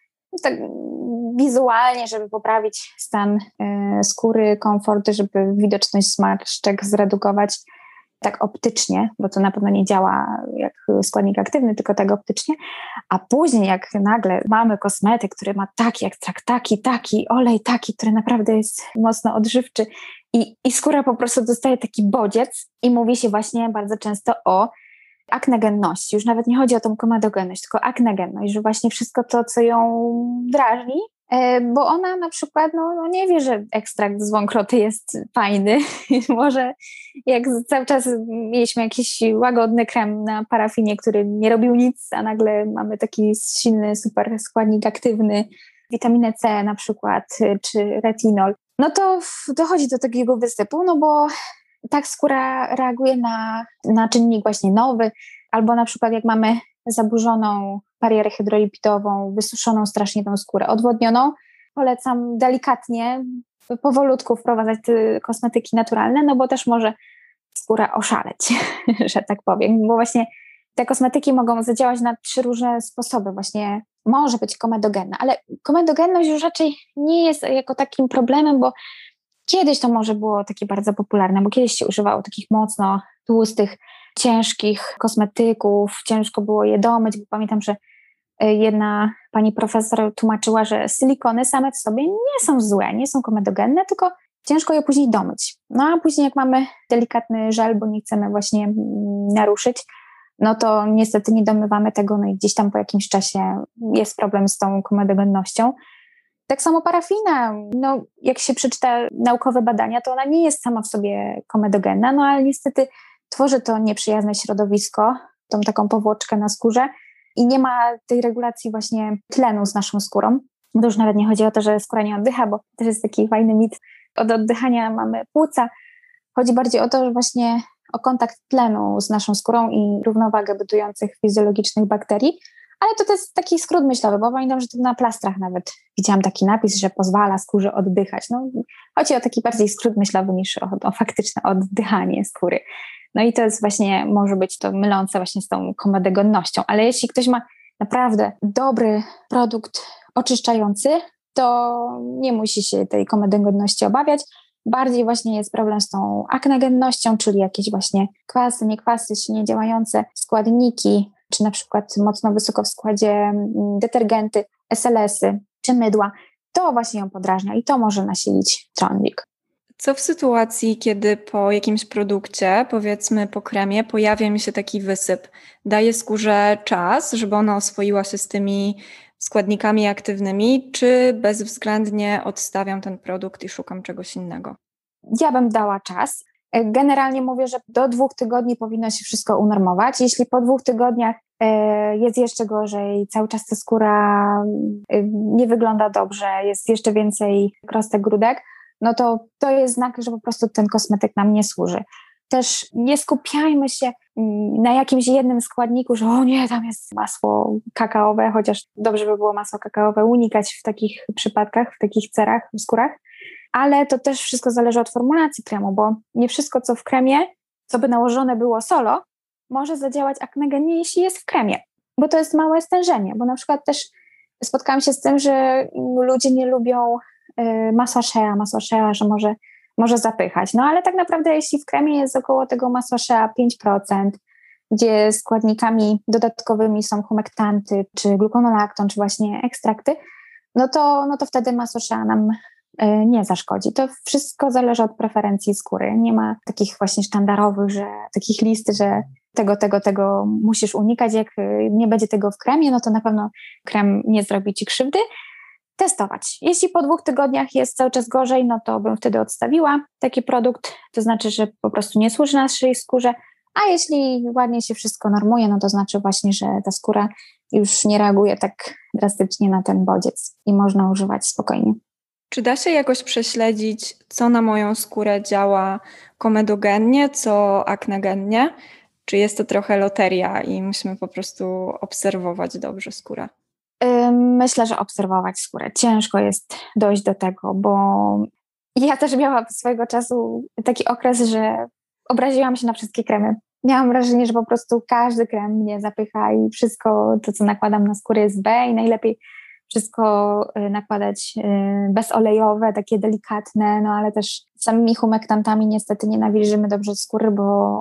wizualnie, żeby poprawić stan skóry, komfort, żeby widoczność zmarszczek zredukować tak optycznie, bo to na pewno nie działa jak składnik aktywny, tylko tak optycznie, a później jak nagle mamy kosmetyk, który ma taki ekstrakt, taki olej, który naprawdę jest mocno odżywczy i skóra po prostu dostaje taki bodziec i mówi się właśnie bardzo często o aknegenności. Już nawet nie chodzi o tą komedogenność, tylko aknegenność, że właśnie wszystko to, co ją drażni, bo ona na przykład nie wie, że ekstrakt z wąkroty jest fajny. Może jak cały czas mieliśmy jakiś łagodny krem na parafinie, który nie robił nic, a nagle mamy taki silny, super składnik aktywny, witaminę C na przykład, czy retinol, no to dochodzi do takiego wysypu, no bo tak skóra reaguje na czynnik właśnie nowy, albo na przykład jak mamy zaburzoną barierę hydrolipidową, wysuszoną strasznie tą skórę, odwodnioną, polecam delikatnie, powolutku wprowadzać te kosmetyki naturalne, no bo też może skóra oszaleć, że tak powiem, bo właśnie te kosmetyki mogą zadziałać na 3 różne sposoby. Właśnie może być komedogenna, ale komedogenność już raczej nie jest jako takim problemem, bo kiedyś to może było takie bardzo popularne, bo kiedyś się używało takich mocno tłustych, ciężkich kosmetyków, ciężko było je domyć, bo pamiętam, że jedna pani profesor tłumaczyła, że silikony same w sobie nie są złe, nie są komedogenne, tylko ciężko je później domyć. No a później jak mamy delikatny żel, bo nie chcemy właśnie naruszyć, no to niestety nie domywamy tego, no i gdzieś tam po jakimś czasie jest problem z tą komedogennością. Tak samo parafina, no jak się przeczyta naukowe badania, to ona nie jest sama w sobie komedogenna, no ale niestety tworzy to nieprzyjazne środowisko, tą taką powłoczkę na skórze i nie ma tej regulacji właśnie tlenu z naszą skórą. Bo to już nawet nie chodzi o to, że skóra nie oddycha, bo też jest taki fajny mit, od oddychania mamy płuca. Chodzi bardziej o to, że właśnie o kontakt tlenu z naszą skórą i równowagę budujących fizjologicznych bakterii. Ale to jest taki skrót myślowy, bo pamiętam, że to na plastrach nawet widziałam taki napis, że pozwala skórze oddychać. No, chodzi o taki bardziej skrót myślowy niż o faktyczne oddychanie skóry. No i to jest właśnie, może być to mylące właśnie z tą komedogennością. Ale jeśli ktoś ma naprawdę dobry produkt oczyszczający, to nie musi się tej komedogenności obawiać. Bardziej właśnie jest problem z tą aknegennością, czyli jakieś właśnie kwasy, niekwasy, silnie działające składniki, czy na przykład mocno wysoko w składzie detergenty, SLS-y czy mydła. To właśnie ją podrażnia i to może nasilić trądzik. Co w sytuacji, kiedy po jakimś produkcie, powiedzmy po kremie, pojawia mi się taki wysyp? Daję skórze czas, żeby ona oswoiła się z tymi składnikami aktywnymi, czy bezwzględnie odstawiam ten produkt i szukam czegoś innego? Ja bym dała czas. Generalnie mówię, że do 2 tygodni powinno się wszystko unormować. Jeśli po 2 tygodniach jest jeszcze gorzej, cały czas ta skóra nie wygląda dobrze, jest jeszcze więcej krostek, grudek, no to jest znak, że po prostu ten kosmetyk nam nie służy. Też nie skupiajmy się na jakimś jednym składniku, że o nie, tam jest masło kakaowe, chociaż dobrze by było masło kakaowe unikać w takich przypadkach, w takich cerach, w skórach, ale to też wszystko zależy od formulacji kremu, bo nie wszystko, co w kremie, co by nałożone było solo, może zadziałać aknegennie, jeśli jest w kremie, bo to jest małe stężenie, bo na przykład też spotkałam się z tym, że ludzie nie lubią masła shea, że może zapychać. No ale tak naprawdę jeśli w kremie jest około tego masła shea 5%, gdzie składnikami dodatkowymi są humektanty, czy gluconolakton, czy właśnie ekstrakty, no to wtedy masło shea nam nie zaszkodzi. To wszystko zależy od preferencji skóry. Nie ma takich właśnie sztandarowych, że takich list, że tego musisz unikać. Jak nie będzie tego w kremie, no to na pewno krem nie zrobi ci krzywdy. Testować. Jeśli po 2 tygodniach jest cały czas gorzej, no to bym wtedy odstawiła taki produkt, to znaczy, że po prostu nie służy naszej skórze, a jeśli ładnie się wszystko normuje, no to znaczy właśnie, że ta skóra już nie reaguje tak drastycznie na ten bodziec i można używać spokojnie. Czy da się jakoś prześledzić, co na moją skórę działa komedogennie, co aknegennie? Czy jest to trochę loteria i musimy po prostu obserwować dobrze skórę? Myślę, że obserwować skórę. Ciężko jest dojść do tego, bo ja też miałam swojego czasu taki okres, że obraziłam się na wszystkie kremy. Miałam wrażenie, że po prostu każdy krem mnie zapycha i wszystko to, co nakładam na skórę jest B i najlepiej wszystko nakładać bezolejowe, takie delikatne, no ale też samymi humektantami niestety nie nawilżymy dobrze skóry, bo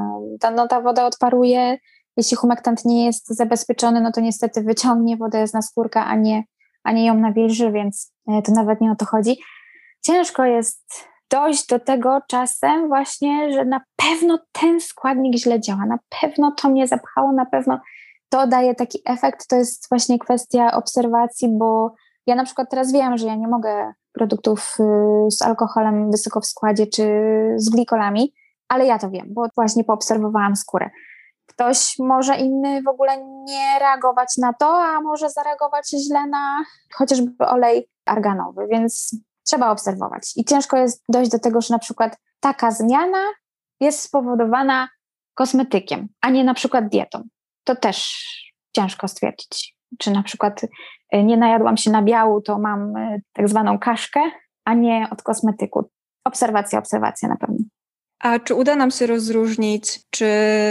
ta woda odparuje. Jeśli humektant nie jest zabezpieczony, no to niestety wyciągnie wodę z naskórka, a nie ją nawilży, więc to nawet nie o to chodzi. Ciężko jest dojść do tego czasem właśnie, że na pewno ten składnik źle działa, na pewno to mnie zapchało, na pewno to daje taki efekt. To jest właśnie kwestia obserwacji, bo ja na przykład teraz wiem, że ja nie mogę produktów z alkoholem wysoko w składzie czy z glikolami, ale ja to wiem, bo właśnie poobserwowałam skórę. Ktoś może inny w ogóle nie reagować na to, a może zareagować źle na chociażby olej arganowy, więc trzeba obserwować. I ciężko jest dojść do tego, że na przykład taka zmiana jest spowodowana kosmetykiem, a nie na przykład dietą. To też ciężko stwierdzić. Czy na przykład nie najadłam się nabiału, to mam tak zwaną kaszkę, a nie od kosmetyku. Obserwacja na pewno. A czy uda nam się rozróżnić, czy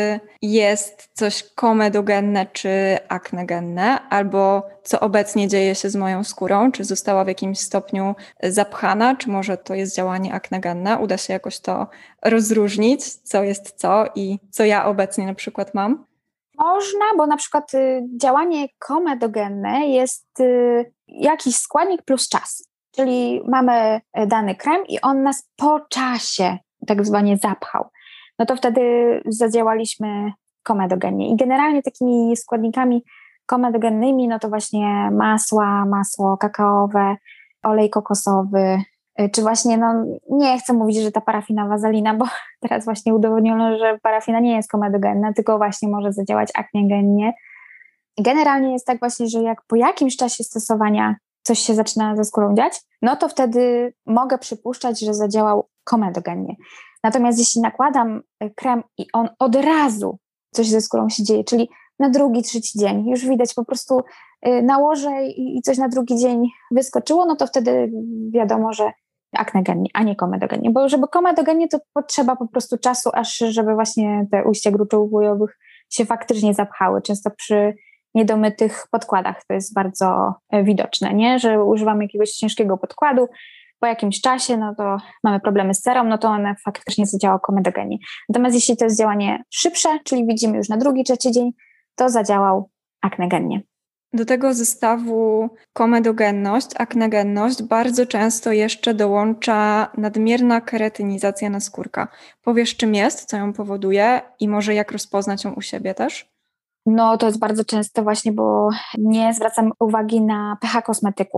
jest coś komedogenne, czy aknegenne, albo co obecnie dzieje się z moją skórą, czy została w jakimś stopniu zapchana, czy może to jest działanie aknegenne? Uda się jakoś to rozróżnić, co jest co i co ja obecnie na przykład mam? Można, bo na przykład działanie komedogenne jest jakiś składnik plus czas. Czyli mamy dany krem i on nas po czasie tak zwanie zapchał. No to wtedy zadziałaliśmy komedogennie. I generalnie takimi składnikami komedogennymi, no to właśnie masło kakaowe, olej kokosowy, czy właśnie, no nie chcę mówić, że ta parafina wazalina, bo teraz właśnie udowodniono, że parafina nie jest komedogenna, tylko właśnie może zadziałać aknegennie. Generalnie jest tak właśnie, że jak po jakimś czasie stosowania coś się zaczyna ze skórą dziać, no to wtedy mogę przypuszczać, że zadziałał komedogennie. Natomiast jeśli nakładam krem i on od razu coś ze skórą się dzieje, czyli na drugi, trzeci dzień, już widać po prostu nałożę i coś na drugi dzień wyskoczyło, no to wtedy wiadomo, że aknegennie, a nie komedogennie. Bo żeby komedogennie, to potrzeba po prostu czasu, aż żeby właśnie te ujścia gruczołów łojowych się faktycznie zapchały. Często przy niedomytych podkładach to jest bardzo widoczne, nie? Że używamy jakiegoś ciężkiego podkładu, po jakimś czasie, no to mamy problemy z cerą, no to one faktycznie zadziałało komedogennie. Natomiast jeśli to jest działanie szybsze, czyli widzimy już na drugi, trzeci dzień, to zadziałał aknegennie. Do tego zestawu komedogenność, aknegenność bardzo często jeszcze dołącza nadmierna keratynizacja naskórka. Powiesz, czym jest, co ją powoduje i może jak rozpoznać ją u siebie też? No to jest bardzo często właśnie, bo nie zwracam uwagi na pH kosmetyku.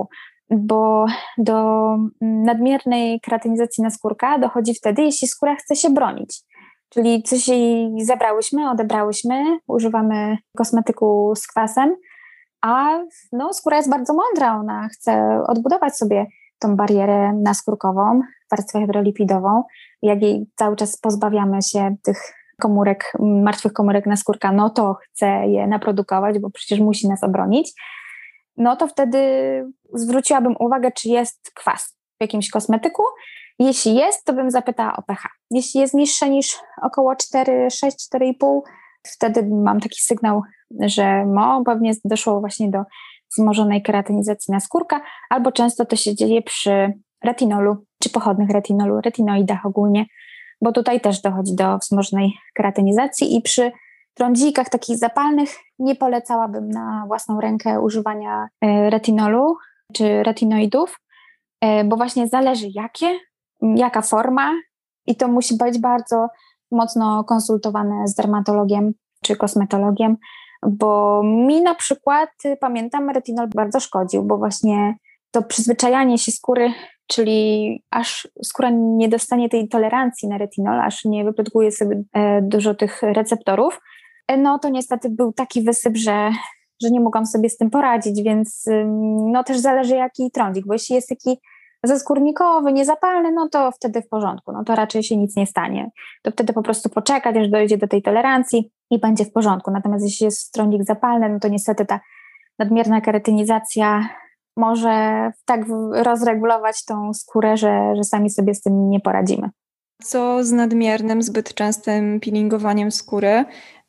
bo do nadmiernej kreatynizacji naskórka dochodzi wtedy, jeśli skóra chce się bronić. Czyli coś jej zabrałyśmy, odebrałyśmy, używamy kosmetyku z kwasem, a skóra jest bardzo mądra, ona chce odbudować sobie tą barierę naskórkową, warstwę hydrolipidową. Jak jej cały czas pozbawiamy się tych komórek, martwych komórek naskórka, no to chce je naprodukować, bo przecież musi nas obronić. No to wtedy zwróciłabym uwagę, czy jest kwas w jakimś kosmetyku. Jeśli jest, to bym zapytała o pH. Jeśli jest niższe niż około 4,6, 4,5, wtedy mam taki sygnał, że pewnie doszło właśnie do wzmożonej keratynizacji naskórka, albo często to się dzieje przy retinolu, czy pochodnych retinoidach ogólnie, bo tutaj też dochodzi do wzmożonej keratynizacji i przy trądzikach takich zapalnych nie polecałabym na własną rękę używania retinolu czy retinoidów, bo właśnie zależy jaka forma i to musi być bardzo mocno konsultowane z dermatologiem czy kosmetologiem, bo mi na przykład, pamiętam, retinol bardzo szkodził, bo właśnie to przyzwyczajanie się skóry, czyli aż skóra nie dostanie tej tolerancji na retinol, aż nie wyprodukuje sobie dużo tych receptorów, no to niestety był taki wysyp, że nie mogłam sobie z tym poradzić, więc też zależy jaki trądzik, bo jeśli jest taki zaskórnikowy, niezapalny, no to wtedy w porządku, no to raczej się nic nie stanie. To wtedy po prostu poczekać, aż dojdzie do tej tolerancji i będzie w porządku. Natomiast jeśli jest trądzik zapalny, no to niestety ta nadmierna keratynizacja może tak rozregulować tą skórę, że sami sobie z tym nie poradzimy. Co z nadmiernym, zbyt częstym peelingowaniem skóry,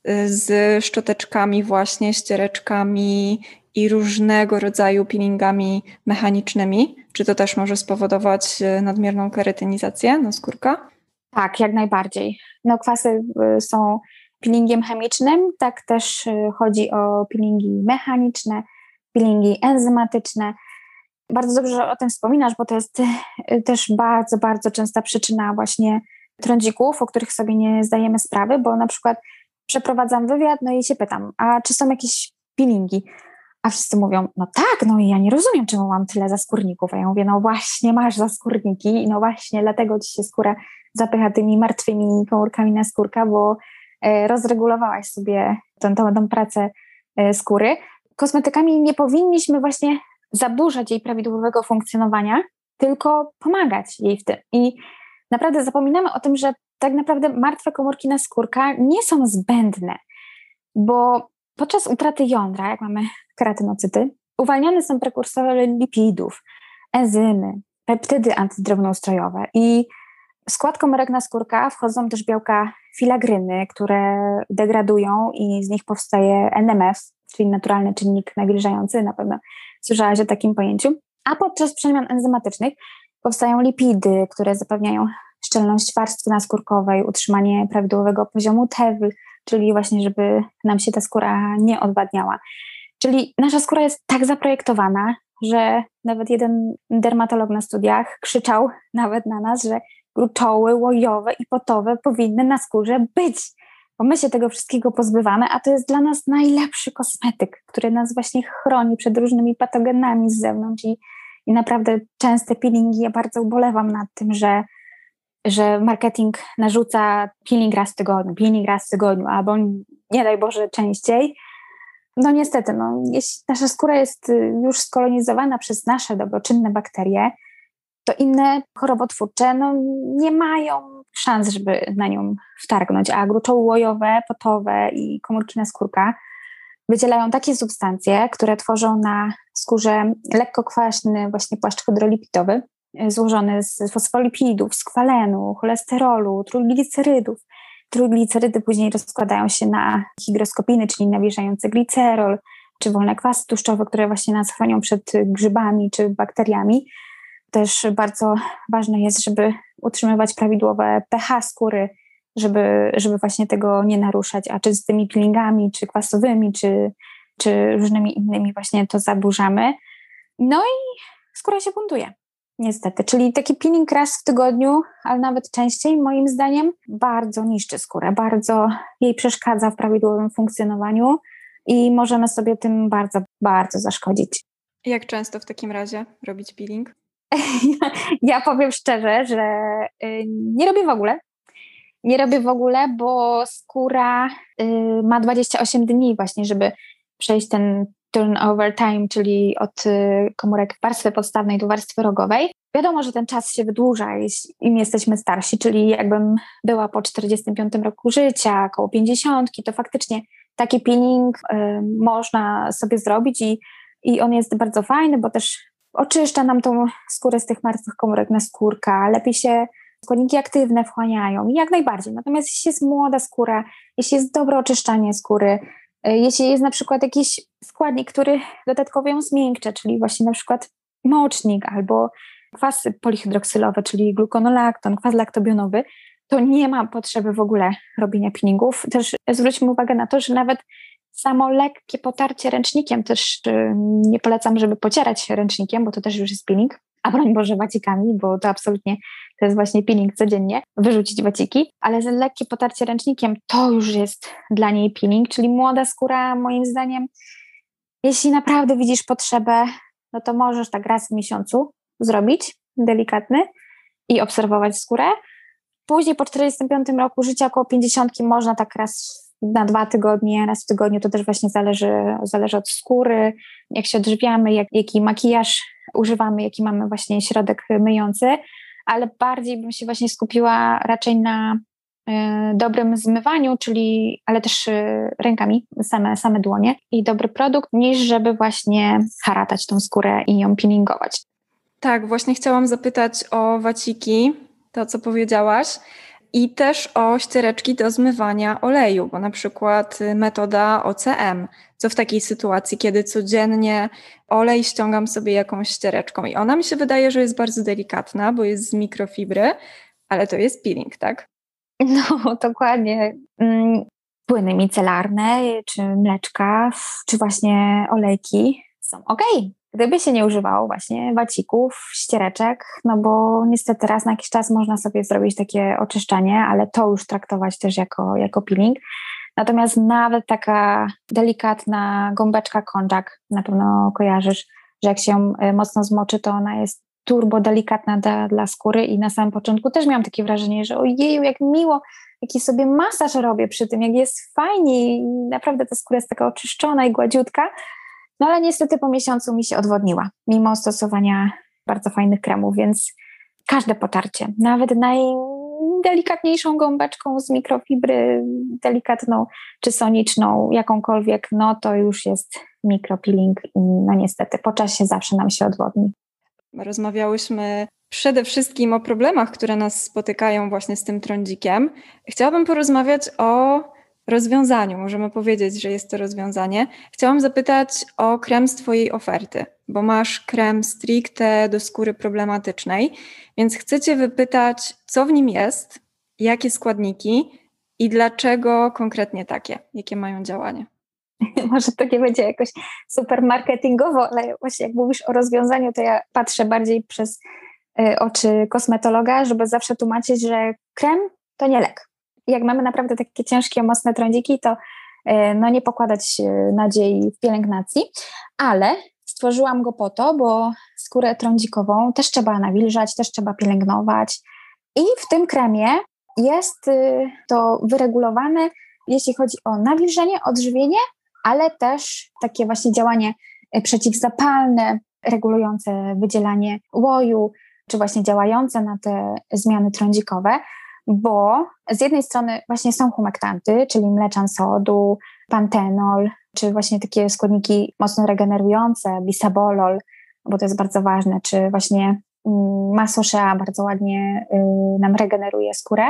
z szczoteczkami właśnie, ściereczkami i różnego rodzaju peelingami mechanicznymi? Czy to też może spowodować nadmierną keratynizację naskórka? Tak, jak najbardziej. Kwasy są peelingiem chemicznym, tak też chodzi o peelingi mechaniczne, peelingi enzymatyczne. Bardzo dobrze, że o tym wspominasz, bo to jest też bardzo, bardzo częsta przyczyna właśnie trądzików, o których sobie nie zdajemy sprawy, bo na przykład przeprowadzam wywiad, no i się pytam, a czy są jakieś peelingi? A wszyscy mówią, no tak, no i ja nie rozumiem, czemu mam tyle zaskórników. A ja mówię, no właśnie masz zaskórniki i no właśnie dlatego ci się skóra zapycha tymi martwymi komórkami naskórka, bo rozregulowałaś sobie tą pracę skóry. Kosmetykami nie powinniśmy właśnie zaburzać jej prawidłowego funkcjonowania, tylko pomagać jej w tym. I naprawdę zapominamy o tym, że tak naprawdę martwe komórki naskórka nie są zbędne, bo podczas utraty jądra, jak mamy keratynocyty, uwalniane są prekursory lipidów, enzymy, peptydy antydrobnoustrojowe i w skład komórek naskórka wchodzą też białka filagryny, które degradują i z nich powstaje NMF, czyli naturalny czynnik nawilżający, na pewno słyszałaś o takim pojęciu. A podczas przemian enzymatycznych powstają lipidy, które zapewniają szczelność warstwy naskórkowej, utrzymanie prawidłowego poziomu TEW, czyli właśnie, żeby nam się ta skóra nie odwadniała. Czyli nasza skóra jest tak zaprojektowana, że nawet jeden dermatolog na studiach krzyczał nawet na nas, że gruczoły łojowe i potowe powinny na skórze być, bo my się tego wszystkiego pozbywamy, a to jest dla nas najlepszy kosmetyk, który nas właśnie chroni przed różnymi patogenami z zewnątrz i naprawdę częste peelingi, ja bardzo ubolewam nad tym, że marketing narzuca peeling raz w tygodniu, albo nie daj Boże częściej. No niestety, jeśli nasza skóra jest już skolonizowana przez nasze dobroczynne bakterie, to inne chorobotwórcze nie mają szans, żeby na nią wtargnąć, a gruczoły łojowe, potowe i komórki naskórka wydzielają takie substancje, które tworzą na skórze lekko kwaśny właśnie płaszcz hydrolipidowy, złożony z fosfolipidów, skwalenu, cholesterolu, trójglicerydów. Trójglicerydy później rozkładają się na higroskopiny, czyli nawilżający glicerol, czy wolne kwasy tłuszczowe, które właśnie nas chronią przed grzybami czy bakteriami. Też bardzo ważne jest, żeby utrzymywać prawidłowe pH skóry, żeby właśnie tego nie naruszać, a czy z tymi peelingami, czy kwasowymi, czy różnymi innymi właśnie to zaburzamy. No i skóra się buntuje, niestety. Czyli taki peeling raz w tygodniu, ale nawet częściej, moim zdaniem, bardzo niszczy skórę, bardzo jej przeszkadza w prawidłowym funkcjonowaniu i możemy sobie tym bardzo, bardzo zaszkodzić. Jak często w takim razie robić peeling? Ja powiem szczerze, że nie robię w ogóle. Nie robię w ogóle, bo skóra ma 28 dni właśnie, żeby przejść ten turnover time, czyli od komórek warstwy podstawnej do warstwy rogowej. Wiadomo, że ten czas się wydłuża, im jesteśmy starsi, czyli jakbym była po 45 roku życia, koło 50, to faktycznie taki peeling można sobie zrobić i on jest bardzo fajny, bo też oczyszcza nam tą skórę z tych martwych komórek naskórka, lepiej się składniki aktywne wchłaniają, jak najbardziej. Natomiast jeśli jest młoda skóra, jeśli jest dobre oczyszczanie skóry, jeśli jest na przykład jakiś składnik, który dodatkowo ją zmiękcza, czyli właśnie na przykład mocznik albo kwasy polihydroksylowe, czyli gluconolakton, kwas laktobionowy, to nie ma potrzeby w ogóle robienia peelingów. Też zwróćmy uwagę na to, że nawet samo lekkie potarcie ręcznikiem, też nie polecam, żeby pocierać ręcznikiem, bo to też już jest peeling, a broń Boże wacikami, bo to absolutnie to jest właśnie peeling codziennie, wyrzucić waciki, ale że lekkie potarcie ręcznikiem to już jest dla niej peeling, czyli młoda skóra moim zdaniem, jeśli naprawdę widzisz potrzebę, no to możesz tak raz w miesiącu zrobić, delikatny i obserwować skórę. Później po 45 roku życia, około 50 można tak raz na 2 tygodnie, raz w tygodniu, to też właśnie zależy od skóry, jak się odżywiamy, jaki makijaż używamy, jaki mamy właśnie środek myjący, ale bardziej bym się właśnie skupiła raczej na dobrym zmywaniu, ale też rękami, same dłonie i dobry produkt, niż żeby właśnie haratać tą skórę i ją peelingować. Tak, właśnie chciałam zapytać o waciki, to co powiedziałaś, i też o ściereczki do zmywania oleju, bo na przykład metoda OCM, co w takiej sytuacji, kiedy codziennie olej ściągam sobie jakąś ściereczką i ona mi się wydaje, że jest bardzo delikatna, bo jest z mikrofibry, ale to jest peeling, tak? No, dokładnie. Płyny micelarne, czy mleczka, czy właśnie olejki są okej. Gdyby się nie używało właśnie wacików, ściereczek, no bo niestety raz na jakiś czas można sobie zrobić takie oczyszczanie, ale to już traktować też jako peeling. Natomiast nawet taka delikatna gąbeczka konjac, na pewno kojarzysz, że jak się ją mocno zmoczy, to ona jest turbo delikatna dla skóry i na samym początku też miałam takie wrażenie, że ojeju, jak miło, jaki sobie masaż robię przy tym, jak jest fajnie i naprawdę ta skóra jest taka oczyszczona i gładziutka. No ale niestety po miesiącu mi się odwodniła, mimo stosowania bardzo fajnych kremów, więc każde potarcie, nawet najdelikatniejszą gąbeczką z mikrofibry, delikatną czy soniczną, jakąkolwiek, no to już jest mikropeeling i no niestety po czasie zawsze nam się odwodni. Rozmawiałyśmy przede wszystkim o problemach, które nas spotykają właśnie z tym trądzikiem. Chciałabym porozmawiać o rozwiązaniu. Możemy powiedzieć, że jest to rozwiązanie. Chciałam zapytać o krem z Twojej oferty, bo masz krem stricte do skóry problematycznej, więc chcę Cię wypytać, co w nim jest, jakie składniki i dlaczego konkretnie takie, jakie mają działanie. Może to nie będzie jakoś super marketingowo, ale właśnie jak mówisz o rozwiązaniu, to ja patrzę bardziej przez oczy kosmetologa, żeby zawsze tłumaczyć, że krem to nie lek. Jak mamy naprawdę takie ciężkie, mocne trądziki, to no nie pokładać nadziei w pielęgnacji, ale stworzyłam go po to, bo skórę trądzikową też trzeba nawilżać, też trzeba pielęgnować i w tym kremie jest to wyregulowane, jeśli chodzi o nawilżenie, odżywienie, ale też takie właśnie działanie przeciwzapalne, regulujące wydzielanie łoju, czy właśnie działające na te zmiany trądzikowe, bo z jednej strony właśnie są humektanty, czyli mleczan sodu, pantenol, czy właśnie takie składniki mocno regenerujące, bisabolol, bo to jest bardzo ważne, czy właśnie masło shea bardzo ładnie nam regeneruje skórę,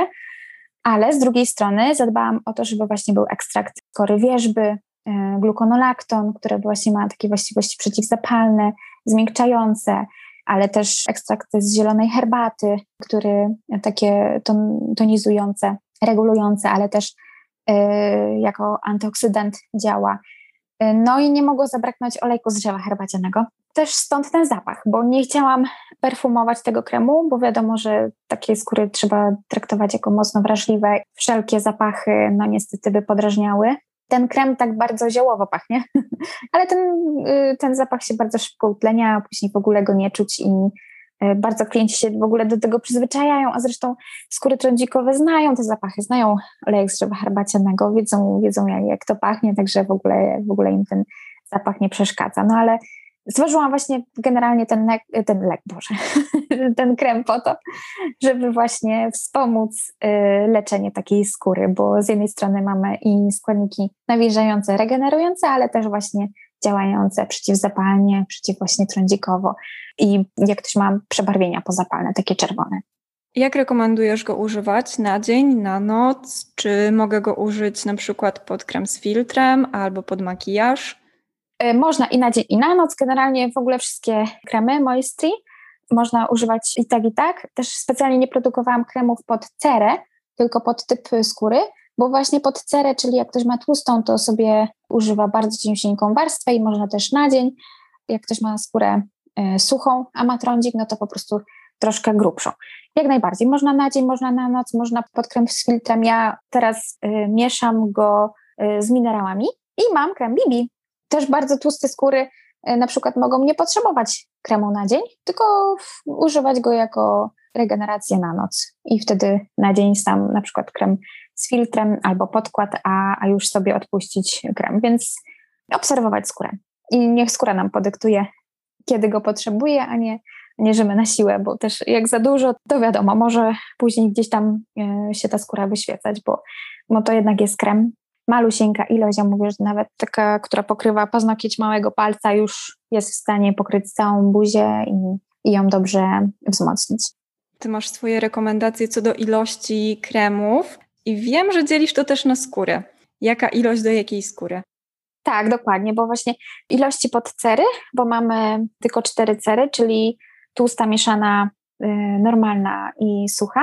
ale z drugiej strony zadbałam o to, żeby właśnie był ekstrakt kory wierzby, gluconolakton, który właśnie ma takie właściwości przeciwzapalne, zmiękczające, ale też ekstrakty z zielonej herbaty, który takie tonizujące, regulujące, ale też jako antyoksydant działa. No i nie mogło zabraknąć olejku z drzewa herbacianego. Też stąd ten zapach, bo nie chciałam perfumować tego kremu, bo wiadomo, że takie skóry trzeba traktować jako mocno wrażliwe. Wszelkie zapachy no niestety by podrażniały ten krem tak bardzo ziołowo pachnie, ale ten zapach się bardzo szybko utlenia, a później w ogóle go nie czuć i bardzo klienci się w ogóle do tego przyzwyczajają, a zresztą skóry trądzikowe znają te zapachy, znają olejek z drzewa herbacianego, wiedzą jak to pachnie, także w ogóle im ten zapach nie przeszkadza. No ale stworzyłam właśnie generalnie ten krem po to, żeby właśnie wspomóc leczenie takiej skóry, bo z jednej strony mamy i składniki nawilżające, regenerujące, ale też właśnie działające przeciwzapalnie, właśnie trądzikowo i jak ktoś ma przebarwienia pozapalne, takie czerwone. Jak rekomendujesz go używać? Na dzień, na noc? Czy mogę go użyć na przykład pod krem z filtrem albo pod makijaż? Można i na dzień, i na noc. Generalnie w ogóle wszystkie kremy Moistry można używać i tak, i tak. Też specjalnie nie produkowałam kremów pod cerę, tylko pod typ skóry, bo właśnie pod cerę, czyli jak ktoś ma tłustą, to sobie używa bardzo cieniusieńką warstwę i można też na dzień. Jak ktoś ma skórę suchą, a ma trądzik, no to po prostu troszkę grubszą. Jak najbardziej. Można na dzień, można na noc, można pod krem z filtrem. Ja teraz mieszam go z minerałami i mam krem BB. Też bardzo tłuste skóry na przykład mogą nie potrzebować kremu na dzień, tylko używać go jako regenerację na noc. I wtedy na dzień sam na przykład krem z filtrem albo podkład, a już sobie odpuścić krem. Więc obserwować skórę. I niech skóra nam podyktuje, kiedy go potrzebuje, a nie żymy na siłę, bo też jak za dużo, to wiadomo, może później gdzieś tam się ta skóra wyświecać, bo to jednak jest krem. Malusieńka ilość, ja mówię, że nawet taka, która pokrywa paznokieć małego palca, już jest w stanie pokryć całą buzię i ją dobrze wzmocnić. Ty masz swoje rekomendacje co do ilości kremów i wiem, że dzielisz to też na skórę. Jaka ilość do jakiej skóry? Tak, dokładnie, bo właśnie ilości pod cery, bo mamy tylko 4 cery, czyli tłusta, mieszana, normalna i sucha.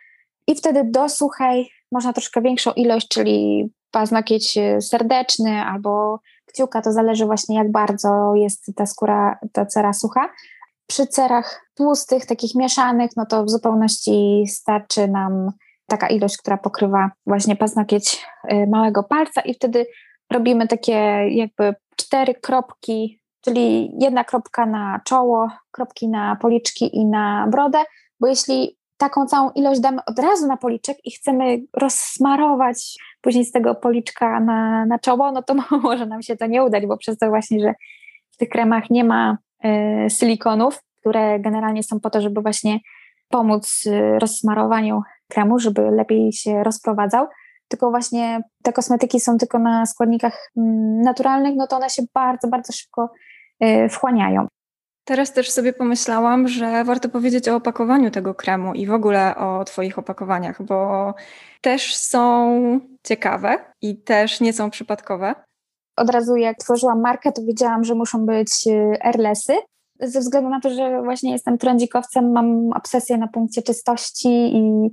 I wtedy do suchej można troszkę większą ilość, czyli paznokieć serdeczny albo kciuka, to zależy właśnie jak bardzo jest ta skóra, ta cera sucha. Przy cerach tłustych, takich mieszanych, no to w zupełności starczy nam taka ilość, która pokrywa właśnie paznokieć małego palca i wtedy robimy takie jakby 4 kropki, czyli 1 kropka na czoło, kropki na policzki i na brodę, bo jeśli taką całą ilość damy od razu na policzek i chcemy rozsmarować później z tego policzka na czoło, no to może nam się to nie udać, bo przez to właśnie, że w tych kremach nie ma silikonów, które generalnie są po to, żeby właśnie pomóc rozsmarowaniu kremu, żeby lepiej się rozprowadzał, tylko właśnie te kosmetyki są tylko na składnikach naturalnych, no to one się bardzo, bardzo szybko wchłaniają. Teraz też sobie pomyślałam, że warto powiedzieć o opakowaniu tego kremu i w ogóle o Twoich opakowaniach, bo też są ciekawe i też nie są przypadkowe. Od razu jak tworzyłam markę, to wiedziałam, że muszą być airlessy, ze względu na to, że właśnie jestem trądzikowcem, mam obsesję na punkcie czystości i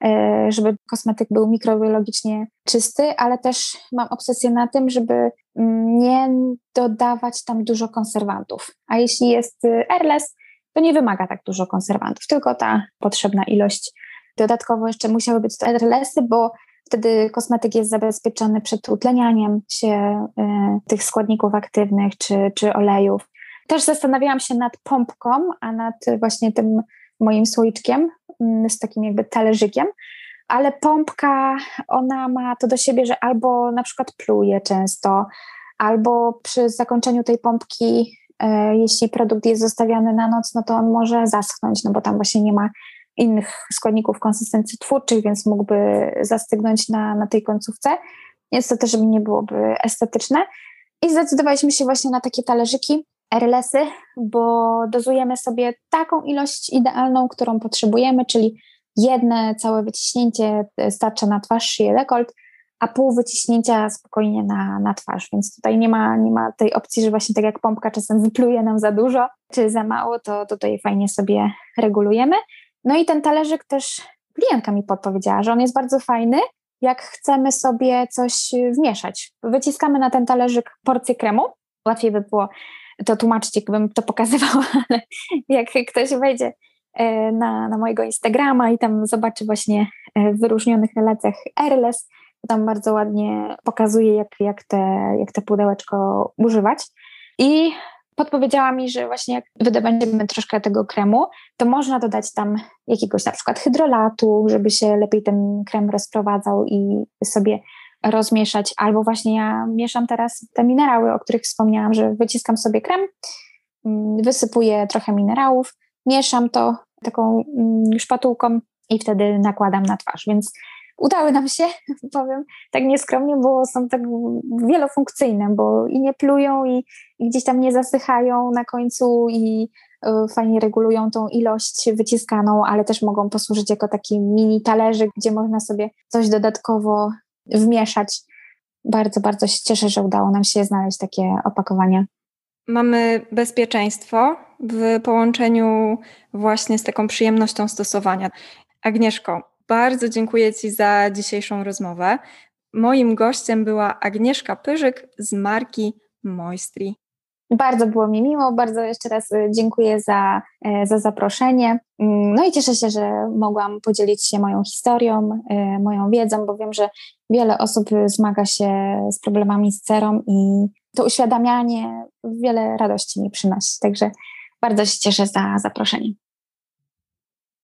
żeby kosmetyk był mikrobiologicznie czysty, ale też mam obsesję na tym, żeby nie dodawać tam dużo konserwantów. A jeśli jest airless, to nie wymaga tak dużo konserwantów, tylko ta potrzebna ilość. Dodatkowo jeszcze musiały być to airlessy, bo wtedy kosmetyk jest zabezpieczony przed utlenianiem się tych składników aktywnych czy olejów. Też zastanawiałam się nad pompką, a nad właśnie tym moim słoiczkiem z takim jakby talerzykiem, ale pompka, ona ma to do siebie, że albo na przykład pluje często, albo przy zakończeniu tej pompki, jeśli produkt jest zostawiany na noc, no to on może zaschnąć, no bo tam właśnie nie ma innych składników konsystencji twórczych, więc mógłby zastygnąć na tej końcówce, więc to też nie byłoby estetyczne. I zdecydowaliśmy się właśnie na takie talerzyki, airlessy, bo dozujemy sobie taką ilość idealną, którą potrzebujemy, czyli jedne całe wyciśnięcie starcza na twarz, szyję, dekolt, a pół wyciśnięcia spokojnie na twarz, więc tutaj nie ma tej opcji, że właśnie tak jak pompka czasem wypluje nam za dużo, czy za mało, to tutaj fajnie sobie regulujemy. No i ten talerzyk też klientka mi podpowiedziała, że on jest bardzo fajny, jak chcemy sobie coś wmieszać. Wyciskamy na ten talerzyk porcję kremu, łatwiej by było to tłumaczyć, jakbym to pokazywała, ale jak ktoś wejdzie na mojego Instagrama i tam zobaczy właśnie w wyróżnionych relacjach airless, Tam bardzo ładnie pokazuje, jak te pudełeczko używać. I podpowiedziała mi, że właśnie jak wydobędziemy troszkę tego kremu, to można dodać tam jakiegoś na przykład hydrolatu, żeby się lepiej ten krem rozprowadzał i sobie rozmieszać. Albo właśnie ja mieszam teraz te minerały, o których wspomniałam, że wyciskam sobie krem, wysypuję trochę minerałów, mieszam to taką szpatułką i wtedy nakładam na twarz. Więc udały nam się, powiem tak nieskromnie, bo są tak wielofunkcyjne, bo i nie plują, i gdzieś tam nie zasychają na końcu i fajnie regulują tą ilość wyciskaną, ale też mogą posłużyć jako taki mini talerzyk, gdzie można sobie coś dodatkowo wmieszać. Bardzo, bardzo się cieszę, że udało nam się znaleźć takie opakowanie. Mamy bezpieczeństwo w połączeniu właśnie z taką przyjemnością stosowania. Agnieszko, bardzo dziękuję Ci za dzisiejszą rozmowę. Moim gościem była Agnieszka Pyrzyk z marki Moistri. Bardzo było mi miło, bardzo jeszcze raz dziękuję za zaproszenie. No i cieszę się, że mogłam podzielić się moją historią, moją wiedzą, bo wiem, że wiele osób zmaga się z problemami z cerą i to uświadamianie wiele radości mi przynosi. Także bardzo się cieszę za zaproszenie.